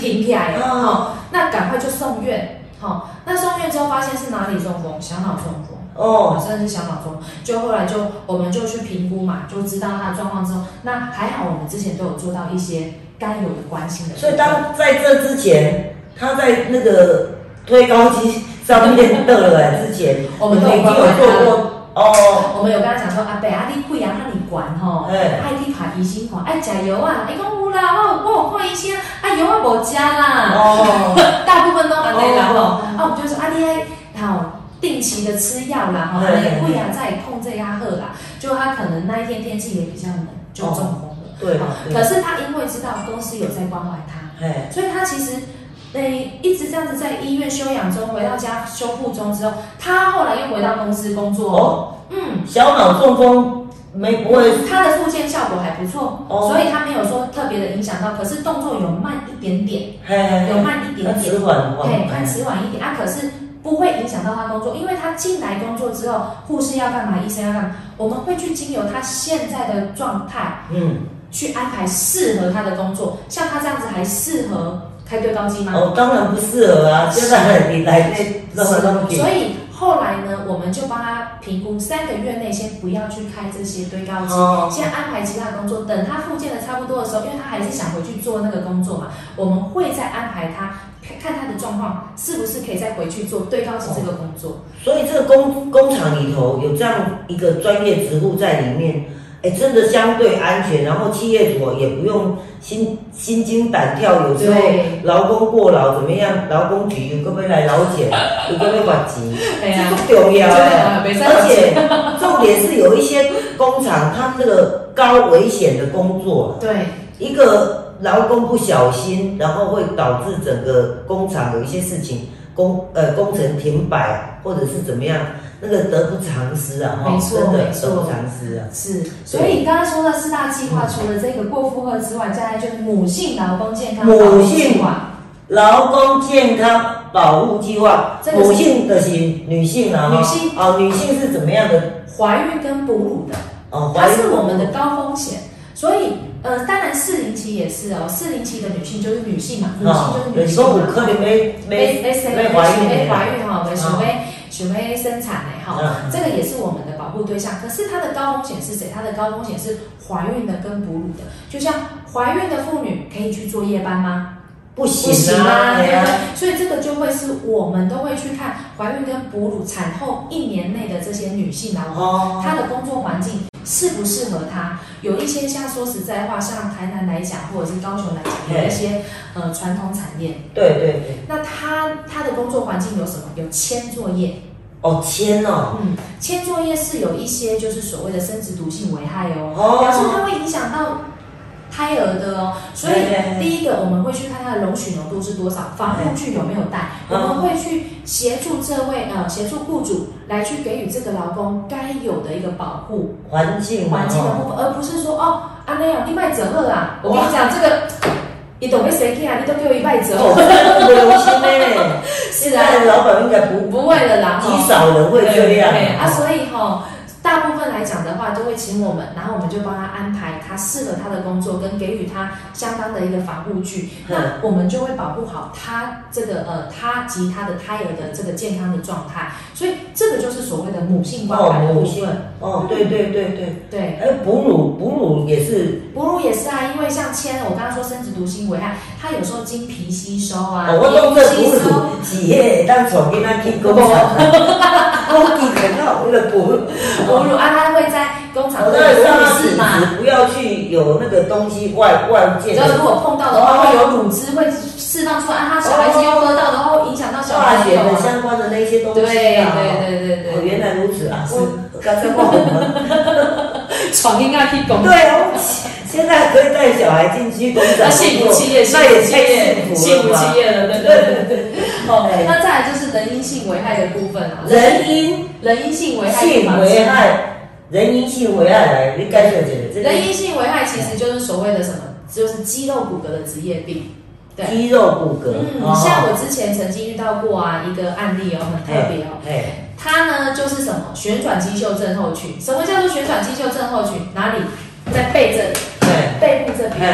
停起来了，哦，那赶快就送院，好，那送院之后发现是哪里中风？小脑中风。哦，真的是小脑中风，就后来我们就去评估嘛，就知道他的状况之后，那还好我们之前都有做到一些该有的关心的。 所以当在这之前，他在那个推高机上面得了之前， 我们都有做过。哦， 我们有跟他讲说，阿伯啊，你血压那么悬吼，爱去看医生看，爱食药啊。伊讲有啦，我有看医生，啊药我无食啦。哦，大部分都安尼啦吼。啊，我们就说啊，你爱定期的吃药啦，哈，血压再控制压好啦。就他可能那一天天气也比较冷，就中风了。 对。 可是他因为知道公司有在关怀他，所以他其实一直这样子在医院休养中，回到家修复中之后，他后来又回到公司工作。哦， 小脑中风不会， 他的复健效果还不错，所以他没有说特别的影响到，可是动作有慢一点点，有慢一点点， 迟缓， 看迟缓一点啊，可是不会影响到他工作，因为他进来工作之后，护士要干嘛，医生要干嘛，我们会去经由他现在的状态，去安排适合他的工作。像他这样子还适合开对高机吗？ 哦，当然不适合啊，现在你来这么东西。 所以后来呢，我们就帮他评估3个月内先不要去开这些堆高机，先安排其他的工作。等他复健的差不多的时候，因为他还是想回去做那个工作嘛，我们会再安排他。看他的状况是不是可以再回去做堆高机这个工作。 所以这个工厂里头有这样一个专业职务在里面，真的相对安全，然后企业主也不用心惊胆跳，有时候劳工过劳怎么样，劳工局有个要来劳检，有个要罚钱，这不重要而且重点是有一些工厂，他这个高危险的工作， 对， 一个劳工不小心，然后会导致整个工厂有一些事情工程停摆，或者是怎么样，那个得不偿失啊！ 没错， 真的得不偿失啊！ 是，所以刚刚说的4大计划，除了这个过负荷之外，再来就是母性劳工健康保护计划。劳工健康保护计划，母性的是女性啊，女性是怎么样的？ 怀孕跟哺乳的，它是我们的高风险，所以。当然适龄期也是哦，适龄期的女性就是女性嘛，女性就是女性嘛， 有可能没怀孕哈，想要生产哈，这个也是我们的保护对象。可是它的高风险是谁？它的高风险是怀孕的跟哺乳的。就像怀孕的妇女可以去做夜班吗？ 不行啊， 对不对？所以这个就会是我们都会去看怀孕跟哺乳产后1年内的这些女性劳工，她的工作环境适不适合她？有一些像说实在话，像台南来讲，或者是高雄来讲，有一些传统产业， 对， 那她的工作环境有什么？有签作业。 签哦， 签作业是有一些就是所谓的生殖毒性危害哦，表示它会影响到胎儿的哦，所以第一个我们会去看它的容许浓度是多少，防护具有没有带，我们会去协助协助雇主来去给予这个劳工该有的一个保护环境的部分，而不是说安内你卖折赫啊，我跟你讲这个。你懂被谁听啊？你都给我一拜折， 不流行呢。现在老板应该不会了啦， 极少人会这样所以大部分来讲的话，都会请我们，然后我们就帮他安排他适合他的工作，跟给予他相当的一个防护具。那我们就会保护好他这个他及他的胎儿的这个健康的状态。所以这个就是所谓的母性关怀的部分。对。 还有哺乳也是。 哺乳也是啊，因为像我刚刚说生殖毒性危害，它有时候经皮吸收啊， 我讲这哺乳是当宠囡仔去工厂，我记得到那个哺乳它会在工厂的乳室嘛，不要去有那个东西外界。 然后如果碰到的话，会有乳汁会释放出来，他小孩子又喝到，然后影响到小孩子。化学的相关的那些东西。 对。 原来如此啊！是刚才问我们闯进去工。 对哦，现在可以带小孩进去工厂， 幸福企业， 那也太幸福企业了，对。那再来就是人因性危害的部分啊，人因性危害， 人因性危害来，你介绍一下。 人因性危害其实就是所谓的什么？就是肌肉骨骼的职业病。对， 肌肉骨骼。 像我之前曾经遇到过一个案例很特别它呢就是什么旋转肌袖症候群。什么叫做旋转肌袖症候群？哪里？在背这里，背部这边。那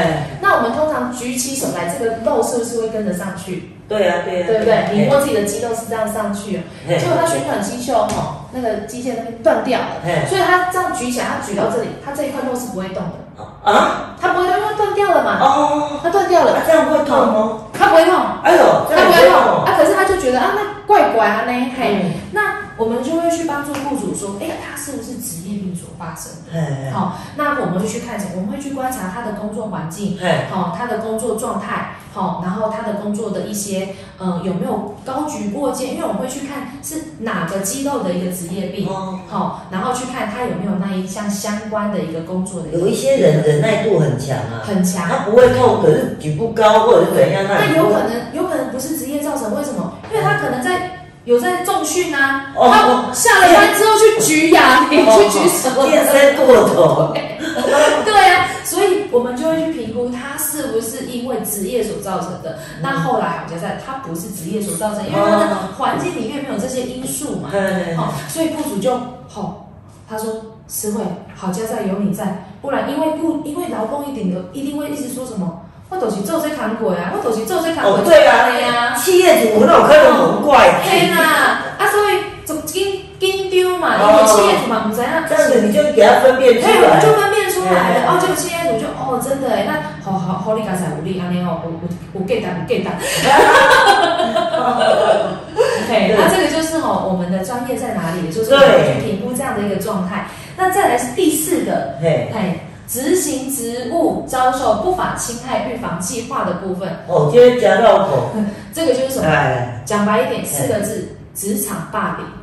那我们通常举起手来，这个肉是不是会跟着上去？ 对啊，对啊， 对不对？你摸自己的肌肉是这样上去，结果他旋转肌袖那个肌腱那边断掉了，所以他这样举起来，他举到这里，他这一块肉是不会动的啊，他不会动，因为断掉了嘛。哦，他断掉了， 这样会痛吗？ 他不会痛， 哎呦， 他不会痛啊，可是他就觉得啊，那怪怪啊呢，嘿，那我们就会去帮助雇主说，他是不是职业病所发生的？好，那我们会去看什么？我们会去观察他的工作环境，他的工作状态，然后他的工作的一些有没有高举过肩，因为我们会去看是哪个肌肉的一个职业病，然后去看他有没有那一项相关的一个工作的。 有一些人忍耐度很强啊， 很强， 他不会痛，可是举不高或者是怎样， 那有可能不是职业造成，为什么？因为他可能有在重训啊，他下了班之后去举哑铃，去举什么健身过头， 对啊，所以我们就会去评估他是不是因为职业所造成的。那后来好在他不是职业所造成，因为他的环境里面没有这些因素嘛，所以雇主就他说诗慧，好家在有你在，不然因为劳工一定会一直说什么。我就是做这工过啊，我就是做这工过。 对啊，企业主哪有可能很怪？ 嘿啦，所以就紧张嘛，因为企业主嘛不知道。 这样子你就给他分辨出来。 我们就分辨出来了。这个企业主就真的那好你刚才有理安尼有给单。这个就是我们的专业在哪里，就是我们去评估这样的一个状态。那再来是第4个，执行职务遭受不法侵害预防计划的部分。 今天加绕口。 这个就是什么？讲白一点，4个字：职场霸凌。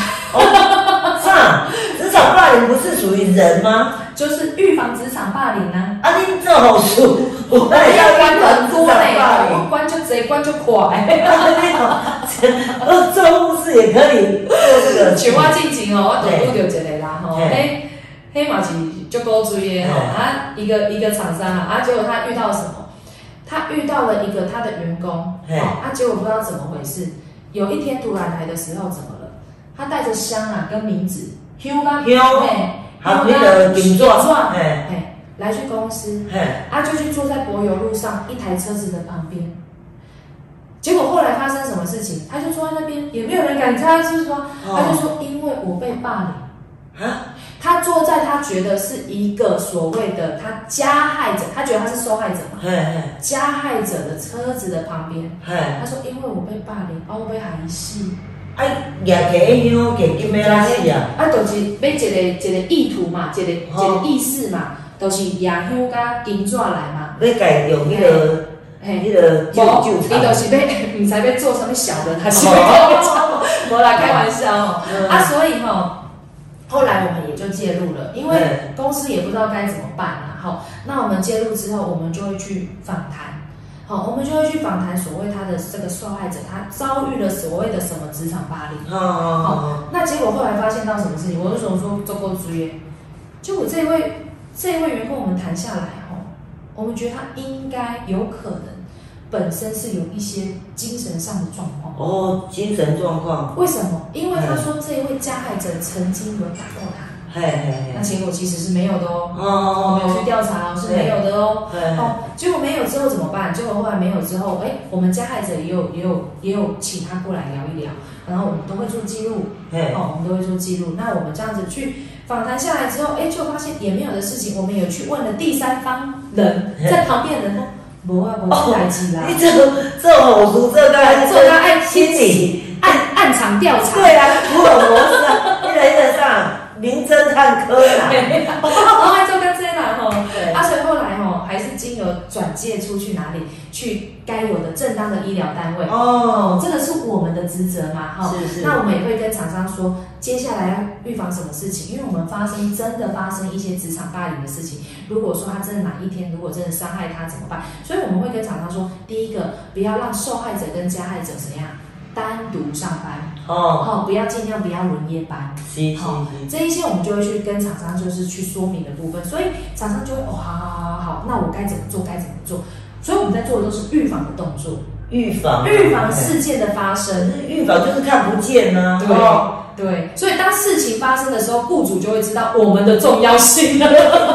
职场霸凌不是属于人吗？ 就是预防职场霸凌啊！ 你这好熟，我要关很多我关就贼，关就快。 做护士也可以做这个。 像我之前我就遇到一个啦黑嘛是就勾追的一个厂商结果他遇到什么？他遇到了一个他的员工结果不知道怎么回事，有一天突然来的时候怎么了？他带着香跟名字， 好那个顶状， 来去公司，就去坐在柏油路上一台车子的旁边。结果后来发生什么事情？他就坐在那边，也没有人敢他，就是说，他就说因为我被霸凌他坐在他觉得是一个所谓的他加害者，他觉得他是受害者嘛，加害者的车子的旁边，他说因为我被霸凌，我被害死。 也给香给金咩啦死啊！ 就是要一个意图嘛，一个意思嘛，就是野香加金纸来嘛。 要改用那个就你就是要唔知要做什么小的，还是没啦，开玩笑所以后来我们也就介入了，因为公司也不知道该怎么办啦。那我们介入之后，我们就会去访谈。我们就会去访谈所谓他的这个受害者，他遭遇了所谓的什么职场霸凌。那结果后来发现到什么事情？我就说做过追，结果这一位员工我们谈下来我们觉得他应该有可能本身是有一些精神上的状况。 精神状况。 为什么？因为他说这一位加害者曾经有打过他。那结果其实是没有的我没有去调查是没有的结果没有之后怎么办？结果后来没有之后，我们加害者也有请他过来聊一聊，然后我们都会做记录，我们都会做记录。那我们这样子去访谈下来之后，就发现也没有的事情，我们有去问了第三方人，在旁边的人说，没是代志啦。 你这好熟，这个爱心理暗场调查。 对啊，福尔摩斯一人上。名侦探柯南， 然后还做个这啦所以后来还是经由转介出去哪里去该有的正当的医疗单位这个是我们的职责嘛是。 那我们也会跟厂商说，接下来要预防什么事情，因为我们真的发生一些职场霸凌的事情，如果说他真的哪一天如果真的伤害他怎么办？所以我们会跟厂商说，第一个不要让受害者跟加害者怎样单独上班尽量不要轮夜班。这一些我们就会去跟厂商就是去说明的部分，所以厂商就会好，那我该怎么做？所以我们在做的都是预防的动作，预防事件的发生。 预防就是看不见啊。 对，所以当事情发生的时候，雇主就会知道我们的重要性了。 都一定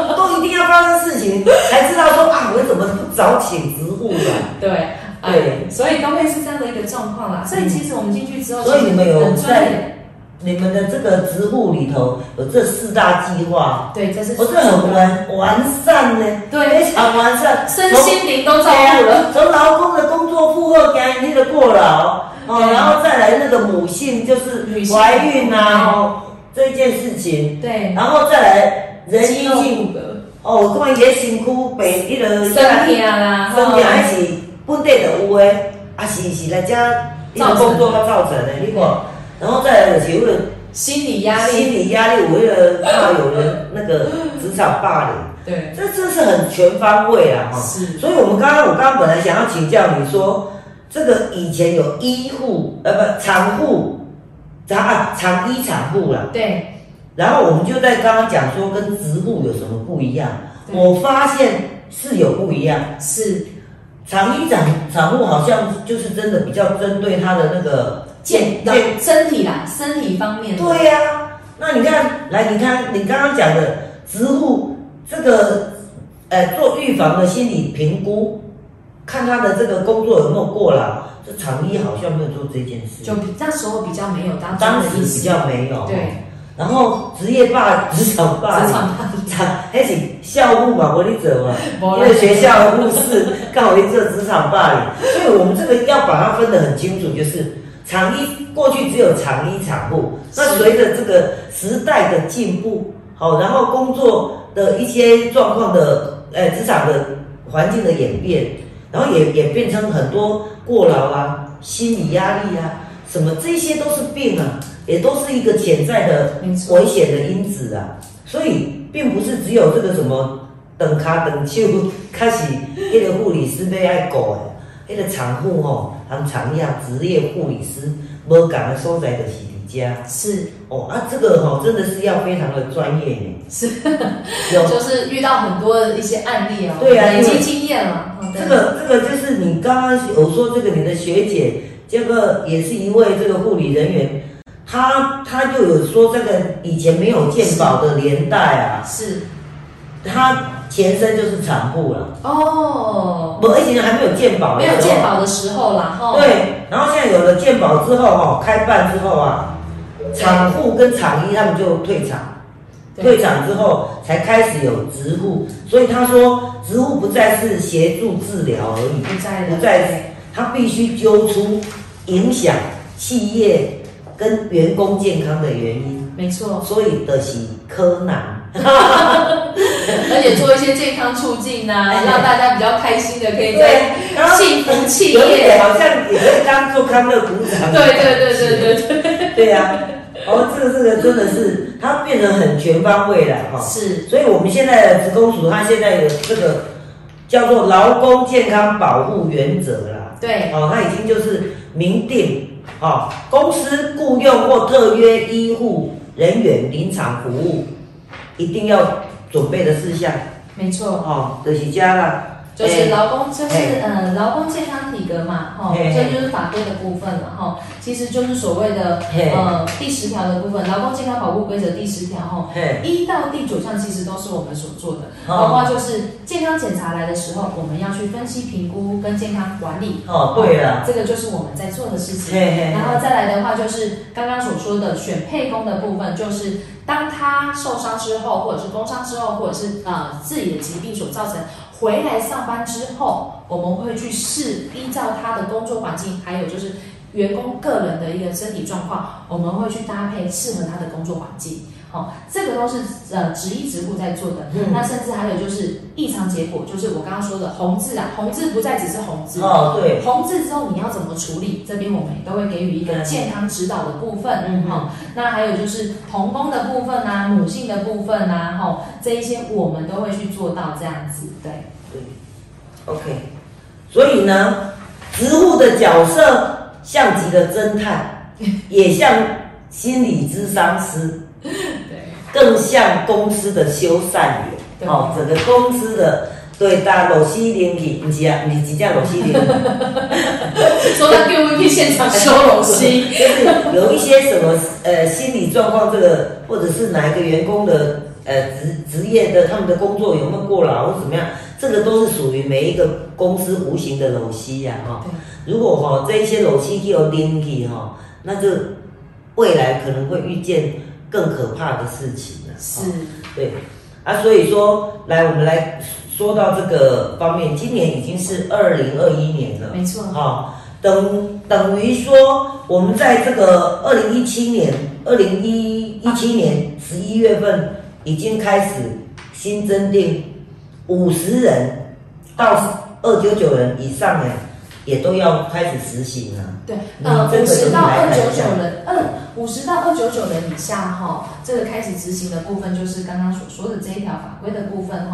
定要发生事情才知道说啊，我怎么不早请职护了？ 对，所以都会是这样的一个状况啦。所以其实我们进去之后， 所以你们有在你们的这个职护里头有这4大计划， 对，这是我这很完善呢， 对， 非常完善， 身心灵都照顾了。 从劳工的工作负荷，给你的过劳然后再来那个母性，就是怀孕这件事情， 对， 然后再来人因性，可能也辛苦被那个生病啦， 还是本地就有的，是来家那个工作要造成的，你看。然后再来就是为了心理压力， 为了怕有人那个职场霸凌， 对， 这是很全方位啊哈。 是， 所以我刚刚本来想要请教你说，这个以前有医护产护，产医产护啦， 对。 然后我们就在刚刚讲说跟职护有什么不一样，我发现是有不一样， 是产医产护好像就是真的比较针对他的那个。 身体方面。 对呀，那你看，你刚刚讲的职护这个，做预防的心理评估，看他的这个工作有没有过劳，这厂医好像没有做这件事。 就那时候比较没有， 当时比较没有。 对。 然后职场霸凌，那是校务嘛，你做嘛，因为学校的护士刚好去做职场霸凌，所以我们这个要把它分得很清楚，就是。厂医过去只有厂医产护，那随着这个时代的进步，然后工作的一些状况的，职场的环境的演变，然后也变成很多过劳啊、心理压力啊，什么这些都是病啊，也都是一个潜在的危险的因子啊，所以并不是只有这个什么等卡等手开始那个护理师要爱顾的。那个产护和产医职业护理师无同的所在就是你家是这个真的是要非常的专业呢。 是，就是遇到很多的一些案例对啊， 累积经验了。 这个就是你刚刚有说这个你的学姐，这个也是一位这个护理人员，她就有说这个以前没有健保的年代啊， 是， 她。前身就是产护了而且还没有健保， 没有健保的时候啦， 对，然后现在有了健保之后开办之后啊，产护跟产医他们就退场，退场之后才开始有职护，所以他说职护不再是协助治疗而已，不再，他必须揪出影响企业跟员工健康的原因， 没错， 所以的是柯南。 而且做一些健康促进让大家比较开心的，可以在幸福企业， 好像也可以当做康乐股长。对呀，这个真的是它变得很全方位了是， 所以我们现在的职工署，它现在有这个叫做劳工健康保护原则啦。 对， 它已经就是明定公司雇用或特约医护人员临场服务。一定要准备的事项， 没错， 就是这啦， 就是劳工，劳工健康体格嘛，这就是法规的部分了，其实就是所谓的第10条的部分，劳工健康保护规则第10条，1到第9项其实都是我们所做的，包括就是健康检查来的时候，我们要去分析评估跟健康管理， 对了， 这个就是我们在做的事情，然后再来的话就是刚刚所说的选配工的部分，就是。当他受伤之后，或者是工伤之后，或者是自己的疾病所造成，回来上班之后，我们会去依照他的工作环境，还有就是员工个人的一个身体状况，我们会去搭配适合他的工作环境。这个都是职医职护在做的。那甚至还有就是异常结果，就是我刚刚说的红字红字不再只是红字对， 红字之后你要怎么处理？这边我们也都会给予一个健康指导的部分。那还有就是童工的部分母性的部分这一些我们都会去做到这样子。对 ，OK。所以呢，职护的角色像极了侦探，也像心理咨商师。更像公司的修缮员，整个公司的对搭螺丝钉去，不是直接螺丝钉。 说他给我们去现场修螺丝， 就是有一些什么心理状况，这个或者是哪一个员工的职业的他们的工作有没有过劳或怎么样，这个都是属于每一个公司无形的陋习呀哈。如果这一些陋习给我拎起那就未来可能会遇见更可怕的事情了。 是， 对啊，所以说来我们来说到这个方面，今年已经是2021年了， 没错等于说我们在这个2017年11月份已经开始新增订50人到299人以上也都要开始实行了。 对，50到299人，50到299人以下这个开始执行的部分就是刚刚所说的这一条法规的部分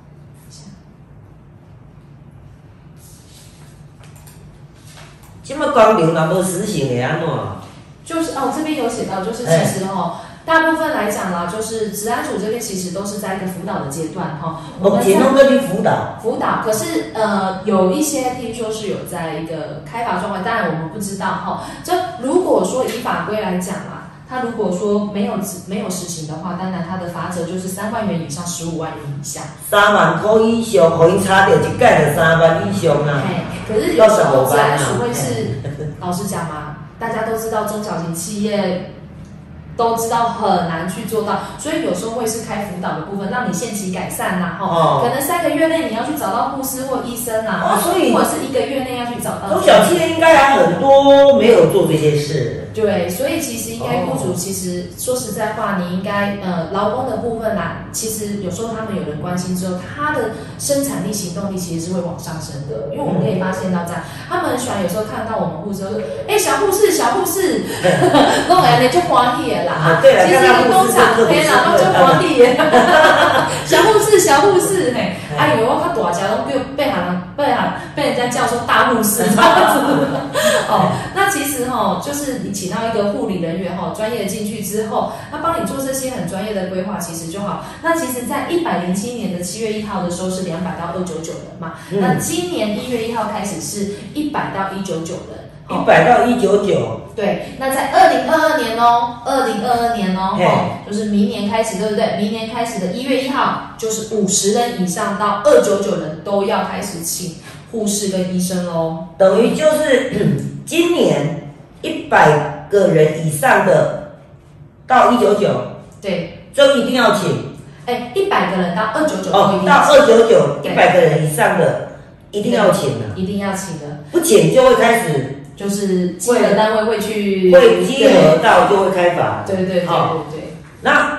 现在光流哪无实行的安怎？ 就是这边有写到，就是其实大部分来讲啦，就是职安署这边其实都是在一个辅导的阶段目前都在辅导， 可是有一些听说是有在一个开罚状况，当然我们不知道这如果说以法规来讲啦，他如果说没有实行的话，当然他的罚则就是3万元以上15万元以下。 3万块以上，互伊差掉一盖就3万以上啦。 可是有时候职安署会是，老实讲嘛，大家都知道中小型企业。都知道很难去做到，所以有时候会是开辅导的部分，让你限期改善啦，可能3个月内你要去找到护士或医生啊，所以或者是1个月内要去找到。 中小企业应该还很多没有做这些事。 对，所以其实应该雇主其实说实在话，你应该劳工的部分啦，其实有时候他们有人关心之后，他的生产力、行动力其实是会往上升的，因为我们可以发现到这样，他们很喜欢有时候看到我们护士说，小护士，跟我来就欢喜啦。 对了， 其实一个工厂嘿啦，都就欢喜的。小护士以为我较大家都被人家叫说大护士这样子。那其实就是你请到一个护理人员专业进去之后，他帮你做这些很专业的规划，其实就好。那其实，在107年的7月1号的时候是200到299人嘛，那今年1月1号开始是100到199人。 100到199， 对，那在2022年就是明年开始，对不对？明年开始的1月1号，就是50人以上到299人都要开始请护士跟医生喽。 等于就是今年100个人以上的到199，对，就一定要请。 100个人到299 到299，100个人以上的一定要请的， 一定要请的， 不请就会开始。 就是稽核单位会稽核到就会开罚。 对。 那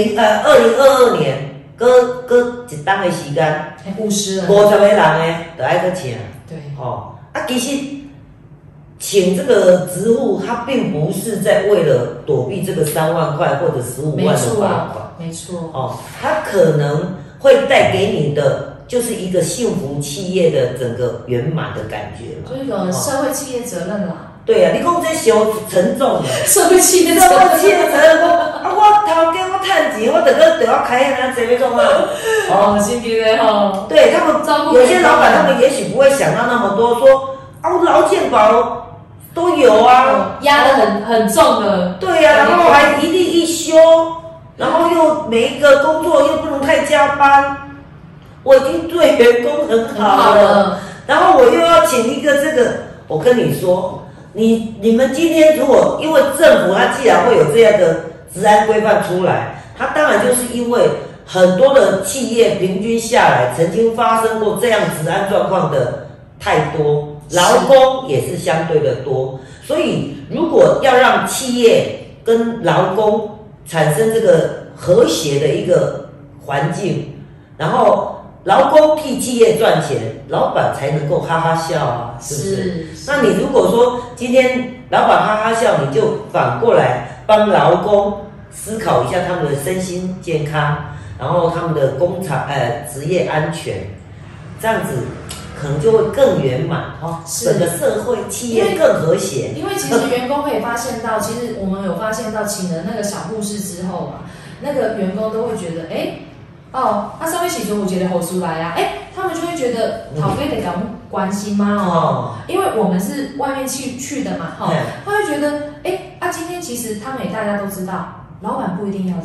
2022年搁一档的时间 ，50人 ，50个人就要搁请。 对。 其实请这个职务，他并不是在为了躲避这个3万块或者15万的罚款。 没错。 他可能会带给你的。就是一个幸福企业的整个圆满的感觉嘛， 就是一个社会企业责任啦。 对啊，你讲这伤沉重的社会企业责任， 我头家我赚钱，我就要开那这要讲啊， 是的对他们有些老板，他们也许不会想到那么多，说我劳健保都有啊， 压得很重的。 对呀，然后还一例一休，然后又每一个工作又不能太加班。我已经对员工很好了，然后我又要请一个这个，我跟你说，你们今天如果因为政府它既然会有这样的职安规范出来，它当然就是因为很多的企业平均下来曾经发生过这样职安状况的太多，劳工也是相对的多，所以如果要让企业跟劳工产生这个和谐的一个环境，然后劳工替企业赚钱，老板才能够哈哈笑啊，是不是？那你如果说今天老板哈哈笑，你就反过来帮劳工思考一下他们的身心健康，然后他们的工厂职业安全，这样子可能就会更圆满整个社会企业更和谐。 因为其实员工可以发现到，其实我们有发现到，请了那个小护士之后嘛，那个员工都会觉得，稍微洗出我觉得好出来啊，他们就会觉得讨费得搞关心吗？因为我们是外面去的嘛，他会觉得，今天其实他们也大家都知道，老板不一定要请，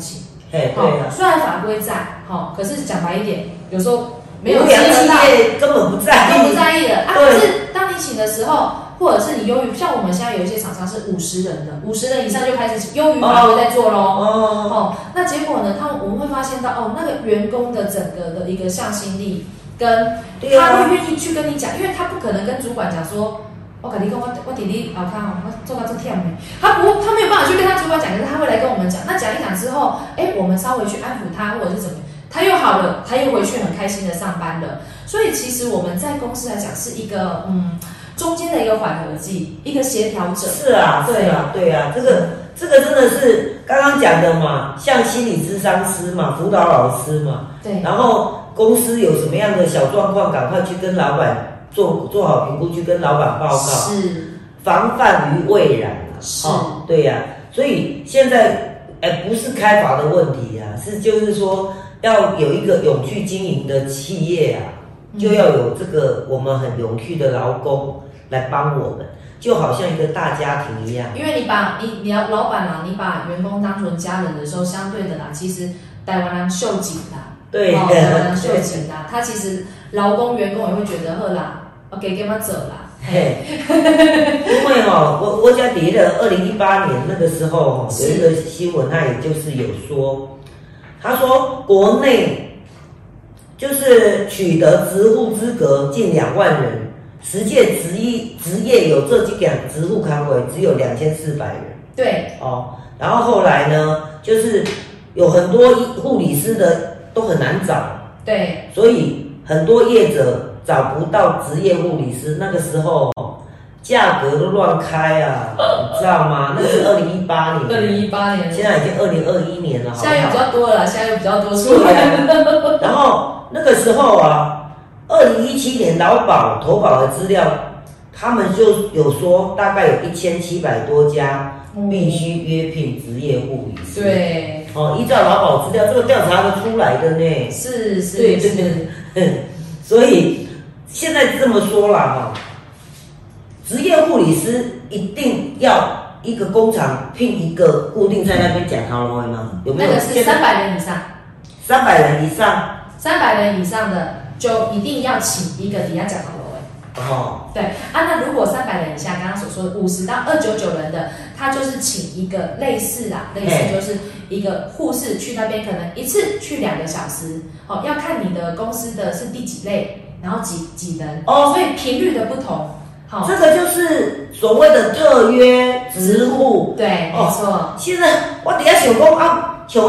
对啊。 虽然法规在，可是讲白一点，有时候没有无良企业根本不在意， 都不在意的啊。可是当你请的时候，或者是你优于，像我们现在有一些厂商是50人的，50人以上就开始优于法规在做咯。那结果呢，我们会发现到那个员工的整个的一个向心力，跟他会愿意去跟你讲，因为他不可能跟主管讲说。我跟你讲，我弟弟后看我做到这忝的，他没有办法去跟他主管讲，可是他会来跟我们讲。那讲一讲之后，我们稍微去安抚他，或者是怎么，他又好了，他又回去很开心的上班了。所以其实我们在公司来讲是一个中间的一个缓和剂，一个协调者。 是啊，对啊，这个真的是刚刚讲的嘛，像心理咨商师嘛，辅导老师嘛， 对， 然后公司有什么样的小状况，赶快去跟老板。做好评估，去跟老板报告， 是防范于未然是， 对呀。所以现在不是开罚的问题啊，就是说要有一个永续经营的企业啊，就要有这个我们很永续的劳工来帮我们，就好像一个大家庭一样。 因为你要老板啦，你把员工当成家人的时候，相对的啦，其实台湾人秀紧啦。 对， 台湾人秀紧啦，他其实劳工员工也会觉得好啦，我给他走啦。 嘿，因为我家提了2018年那个时候有一个新闻，他也就是有说，他说国内就是取得职护资格近2万人，实践职业有这几点职护岗位只有2400人。 对， 然后后来呢，就是有很多护理师的都很难找， 对， 所以很多业者找不到职业护理师，那个时候价格都乱开啊，你知道吗？那是2018年 ，2018年， 现在已经2021年了，好不好？ 现在有比较多了，现在有比较多出来了。 然后那个时候啊，2017年劳保投保的资料，他们就有说大概有1700多家必须约聘职业护理师。 对， 依照劳保资料，这个调查的出来的呢。 是， 对，所以现在这么说啦职业护理师一定要一个工厂聘一个固定在那边讲头路的吗？有没有？ 那个是300人以上 ，300人以上 ，300人以上的就一定要请一个底下讲头路的。对那如果300人以下，刚刚所说的50到299人的，他就是请一个类似就是一个护士去那边，可能一次去2个小时，要看你的公司的是第几类，然后几人，所以频率的不同。 这个就是所谓的特约职护。 对，没错。 现在我底下想讲像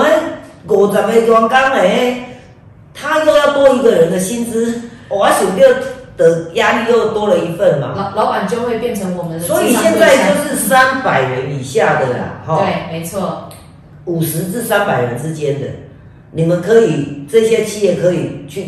50个员工他又要多一个人的薪资，我想到的压力又多了一份嘛。 老板就会变成我们的。 所以现在就是300人以下的啦， 对，没错。 50至300人之间的，你们可以这些企业可以去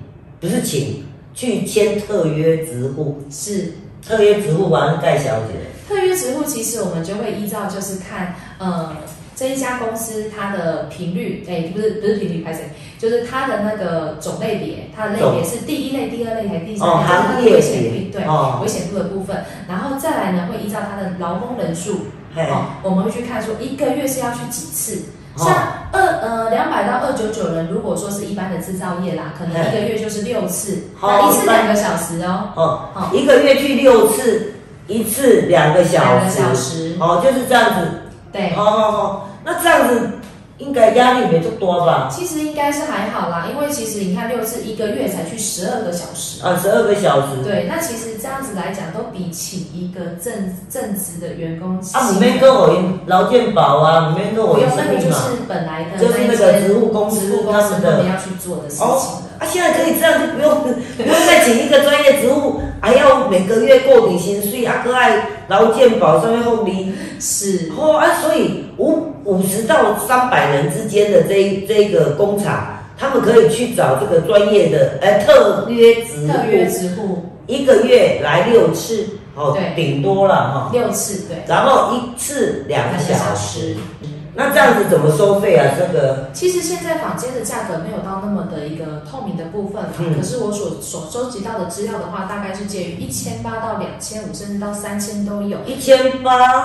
去签特约职护。 是。 特约职护吧，盖小姐。 特约职护其实我们就会依照就是看这一家公司它的频率，不是频率，就是它的那个种类别，它的类别是第1类、第2类还是第3类，就是它的危险度，对，危险度的部分。然后再来呢，会依照它的劳工人数，我们会去看说一个月是要去几次。像200到299人，如果说是一般的制造业啦，可能一个月就是6次，那一次2个小时一个月去6次，一次2个小时，就是这样子。 对， 那这样子应该压力没这么多吧？ 其实应该是还好啦，因为其实你看6次，一个月才去12个小时 ，12个小时。 对，那其实这样子来讲，都比请一个正职的员工不免跟我劳健保啊，不免跟我不用，那个就是本来的就是那个职护公司他们要去做的事情的。 现在可以这样，就不用再请一个专业职护，还要每个月固定薪水，还爱劳健保上面福利。 是所以50到300人之间的这个工厂，他们可以去找这个专业的特约职护，一个月来6次，顶多了 6次，对， 然后一次2个小时。那这样子怎么收费啊？这个其实现在坊间的价格没有到那么的一个透明的部分，可是我所收集到的资料的话，大概是介于1800到2500，甚至到3000都有。 1800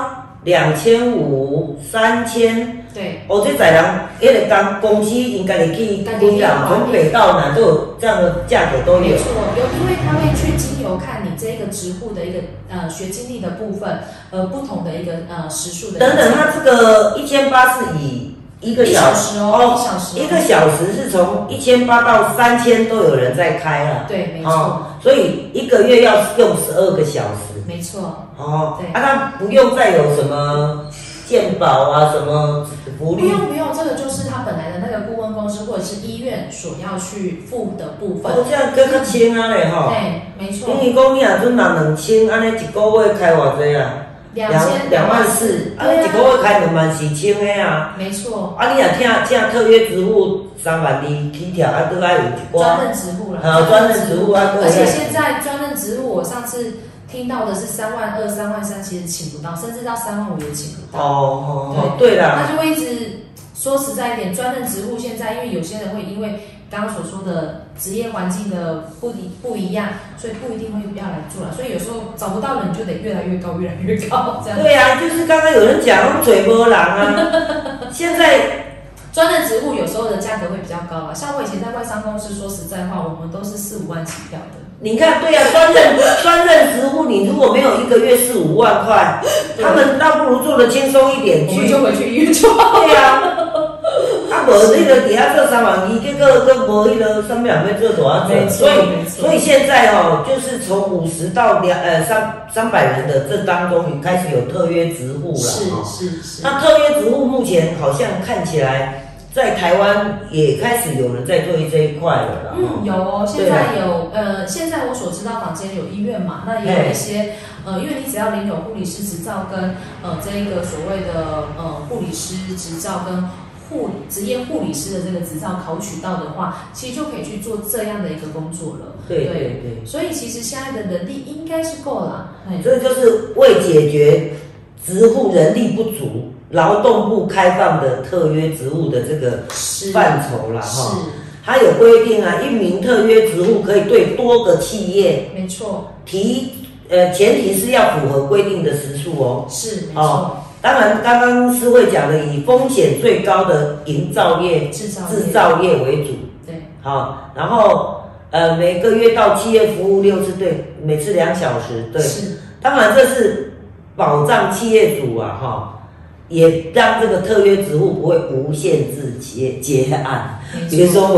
2500、3000。 对。 这在人迄个公司应该会去分享，从北到南都有这样的价格都有。 没错，因为他会去经由看你这个职户的一个学经历的部分，不同的一个时数的。 等等，他这个1800是以1个小时哦，1小时 ，1个小时是从1800到3000都有人在开了。 对，没错。 所以1个月要用12个小时。 没错。 对。他不用再有什么健保啊，什么福利？ 不用，这个就是他本来的那个顾问公司或者是医院所要去付的部分。 这样更较轻啊嘞吼。 对，没错。 因为讲你若准拿2000，安尼1个月开偌济啊？24000，啊，你1个月开24000的啊。 没错。 啊，你若请特约职务32000起跳，啊，都要有一专任职务啦。 专任职务啊， 而且现在专任职务，我上次听到的是32000、33000，其实请不到，甚至到35000也请不到。 对啦。 那就会一直说实在一点，专任职务现在，因为有些人会因为刚刚所说的职业环境的不一样，所以不一定会要来做了。所以有时候找不到人，就得越来越高，越来越高这样。 对啊，就是刚刚有人讲嘴波狼啊，现在专任职务有时候的价格会比较高啦。像我以前在外商公司，说实在话，我们都是4、5万起跳的。 你看，对啊，专任职务，你如果没有1个月4、5万块，他们倒不如做得轻松一点去， 我们就回去医院就好。 对啊，无那个底下做32000，结果跟无迄个300万要做多少钱？所以现在就是从50到300人的这当中，开始有特约职务了。是。那特约职务目前好像看起来。在台湾也开始有人在推这一块了啦。 有哦，现在有现在我所知道坊间有医院嘛，那也有一些因为你只要领有护理师执照跟这一个所谓的护理师执照跟职业护理师的这个执照考取到的话，其实就可以去做这样的一个工作了。对。所以其实现在的人力应该是够了。 这就是为解决职护人力不足。劳动部开放的特约职务的这个范畴啦，哈，它有规定啊，1名特约职务可以对多个企业， 没错， 前提是要符合规定的时数哦， 是没错。 当然，刚刚诗慧讲的以风险最高的营造业、制造业为主， 对， 好，然后每个月到企业服务6次，对，每次2小时，对，是，当然这是保障企业主啊，哈。也让这个特约职务不会无限制结案，比如说我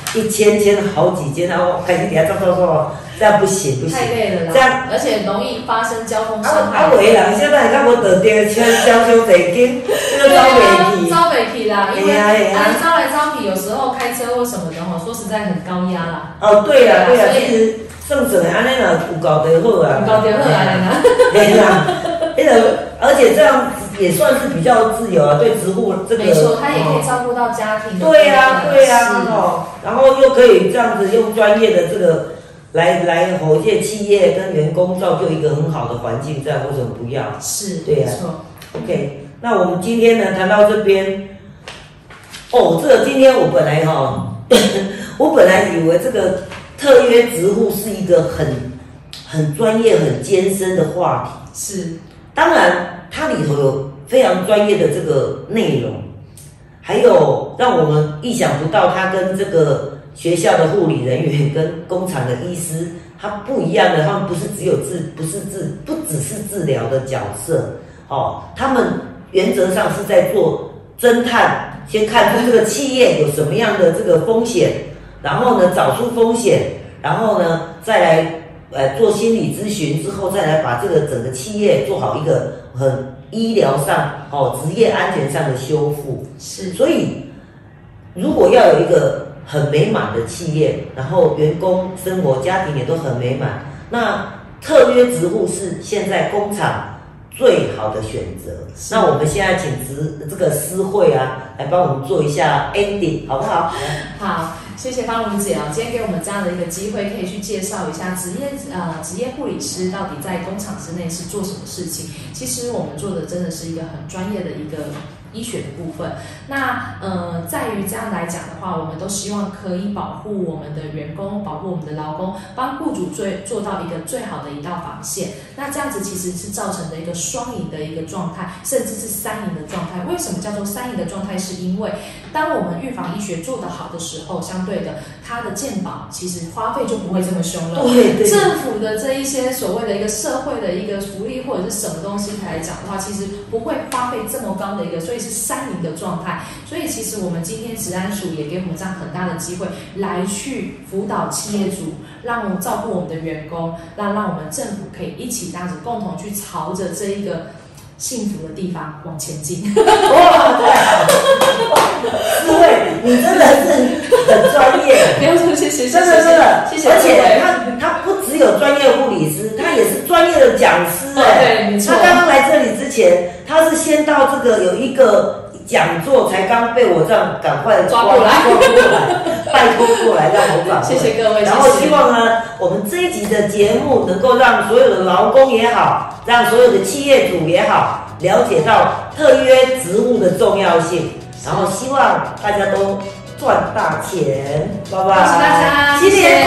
1000好几间，然后开始给他做，这样不行， 太累了啦。 这样而且容易发生交通伤害。 有的人现在你看我得电车交修侪紧，这个招北去啦，因为招来招去，有时候开车或什么的吼，说实在很高压啦。 对啦，其实正常的安尼啦，有交就好啊， 有交就好啊， 对啦，而且这样。也算是比较自由啊，对职护这个， 没错，他也可以照顾到家庭。 对呀，然后又可以这样子用专业的这个来和这企业跟员工造就一个很好的环境，这样为什么不要？ 是， 对呀。 没错。 OK， 那我们今天呢谈到这边，今天我本来我本来以为这个特约职护是一个很专业、很艰深的话题， 是， 当然。它里头有非常专业的这个内容，还有让我们意想不到，它跟这个学校的护理人员跟工厂的医师，它不一样的，他们不只是治疗的角色，他们原则上是在做侦探，先看出这个企业有什么样的这个风险，然后呢找出风险，然后呢再来做心理咨询之后，再来把这个整个企业做好一个很医疗上职业安全上的修复。 是， 所以如果要有一个很美满的企业，然后员工生活家庭也都很美满，那特约职护是现在工厂最好的选择。那我们现在请这个诗慧啊来帮我们做一下 ending 好不好？ 好，谢谢方茹姐啊，今天给我们这样的一个机会，可以去介绍一下职业护理师到底在工厂之内是做什么事情。其实我们做的真的是一个很专业的一个医学的部分。那在于这样来讲的话，我们都希望可以保护我们的员工，保护我们的劳工，帮雇主做到一个最好的一道防线。那这样子其实是造成的一个双赢的一个状态，甚至是三赢的状态。为什么叫做三赢的状态？是因为当我们预防医学做得好的时候，相对的它的健保其实花费就不会这么凶了。 对， 政府的这一些所谓的一个社会的一个福利或者是什么东西来讲的话，其实不会花费这么高的一个，所以是三赢的状态。所以其实我们今天职安署也给我们这样很大的机会来去辅导企业主，让我们照顾我们的员工，让我们政府可以一起这样子共同去朝着这一个幸福的地方往前进。 哇，思慧，你真的是很专业。 不要说谢谢， 真的，谢谢。而且他不只有专业护理师，他也是专业的讲师对，没错。 他刚刚来这里之前，他是先到这个有一个讲座，才刚被我这样赶快抓过来， 拜托过来让我访问。 谢谢各位。 然后希望呢，我们这一集的节目能够让所有的劳工也好，让所有的企业主也好，了解到特约职务的重要性。然后希望大家都赚大钱，拜拜！ 恭喜大家， 新年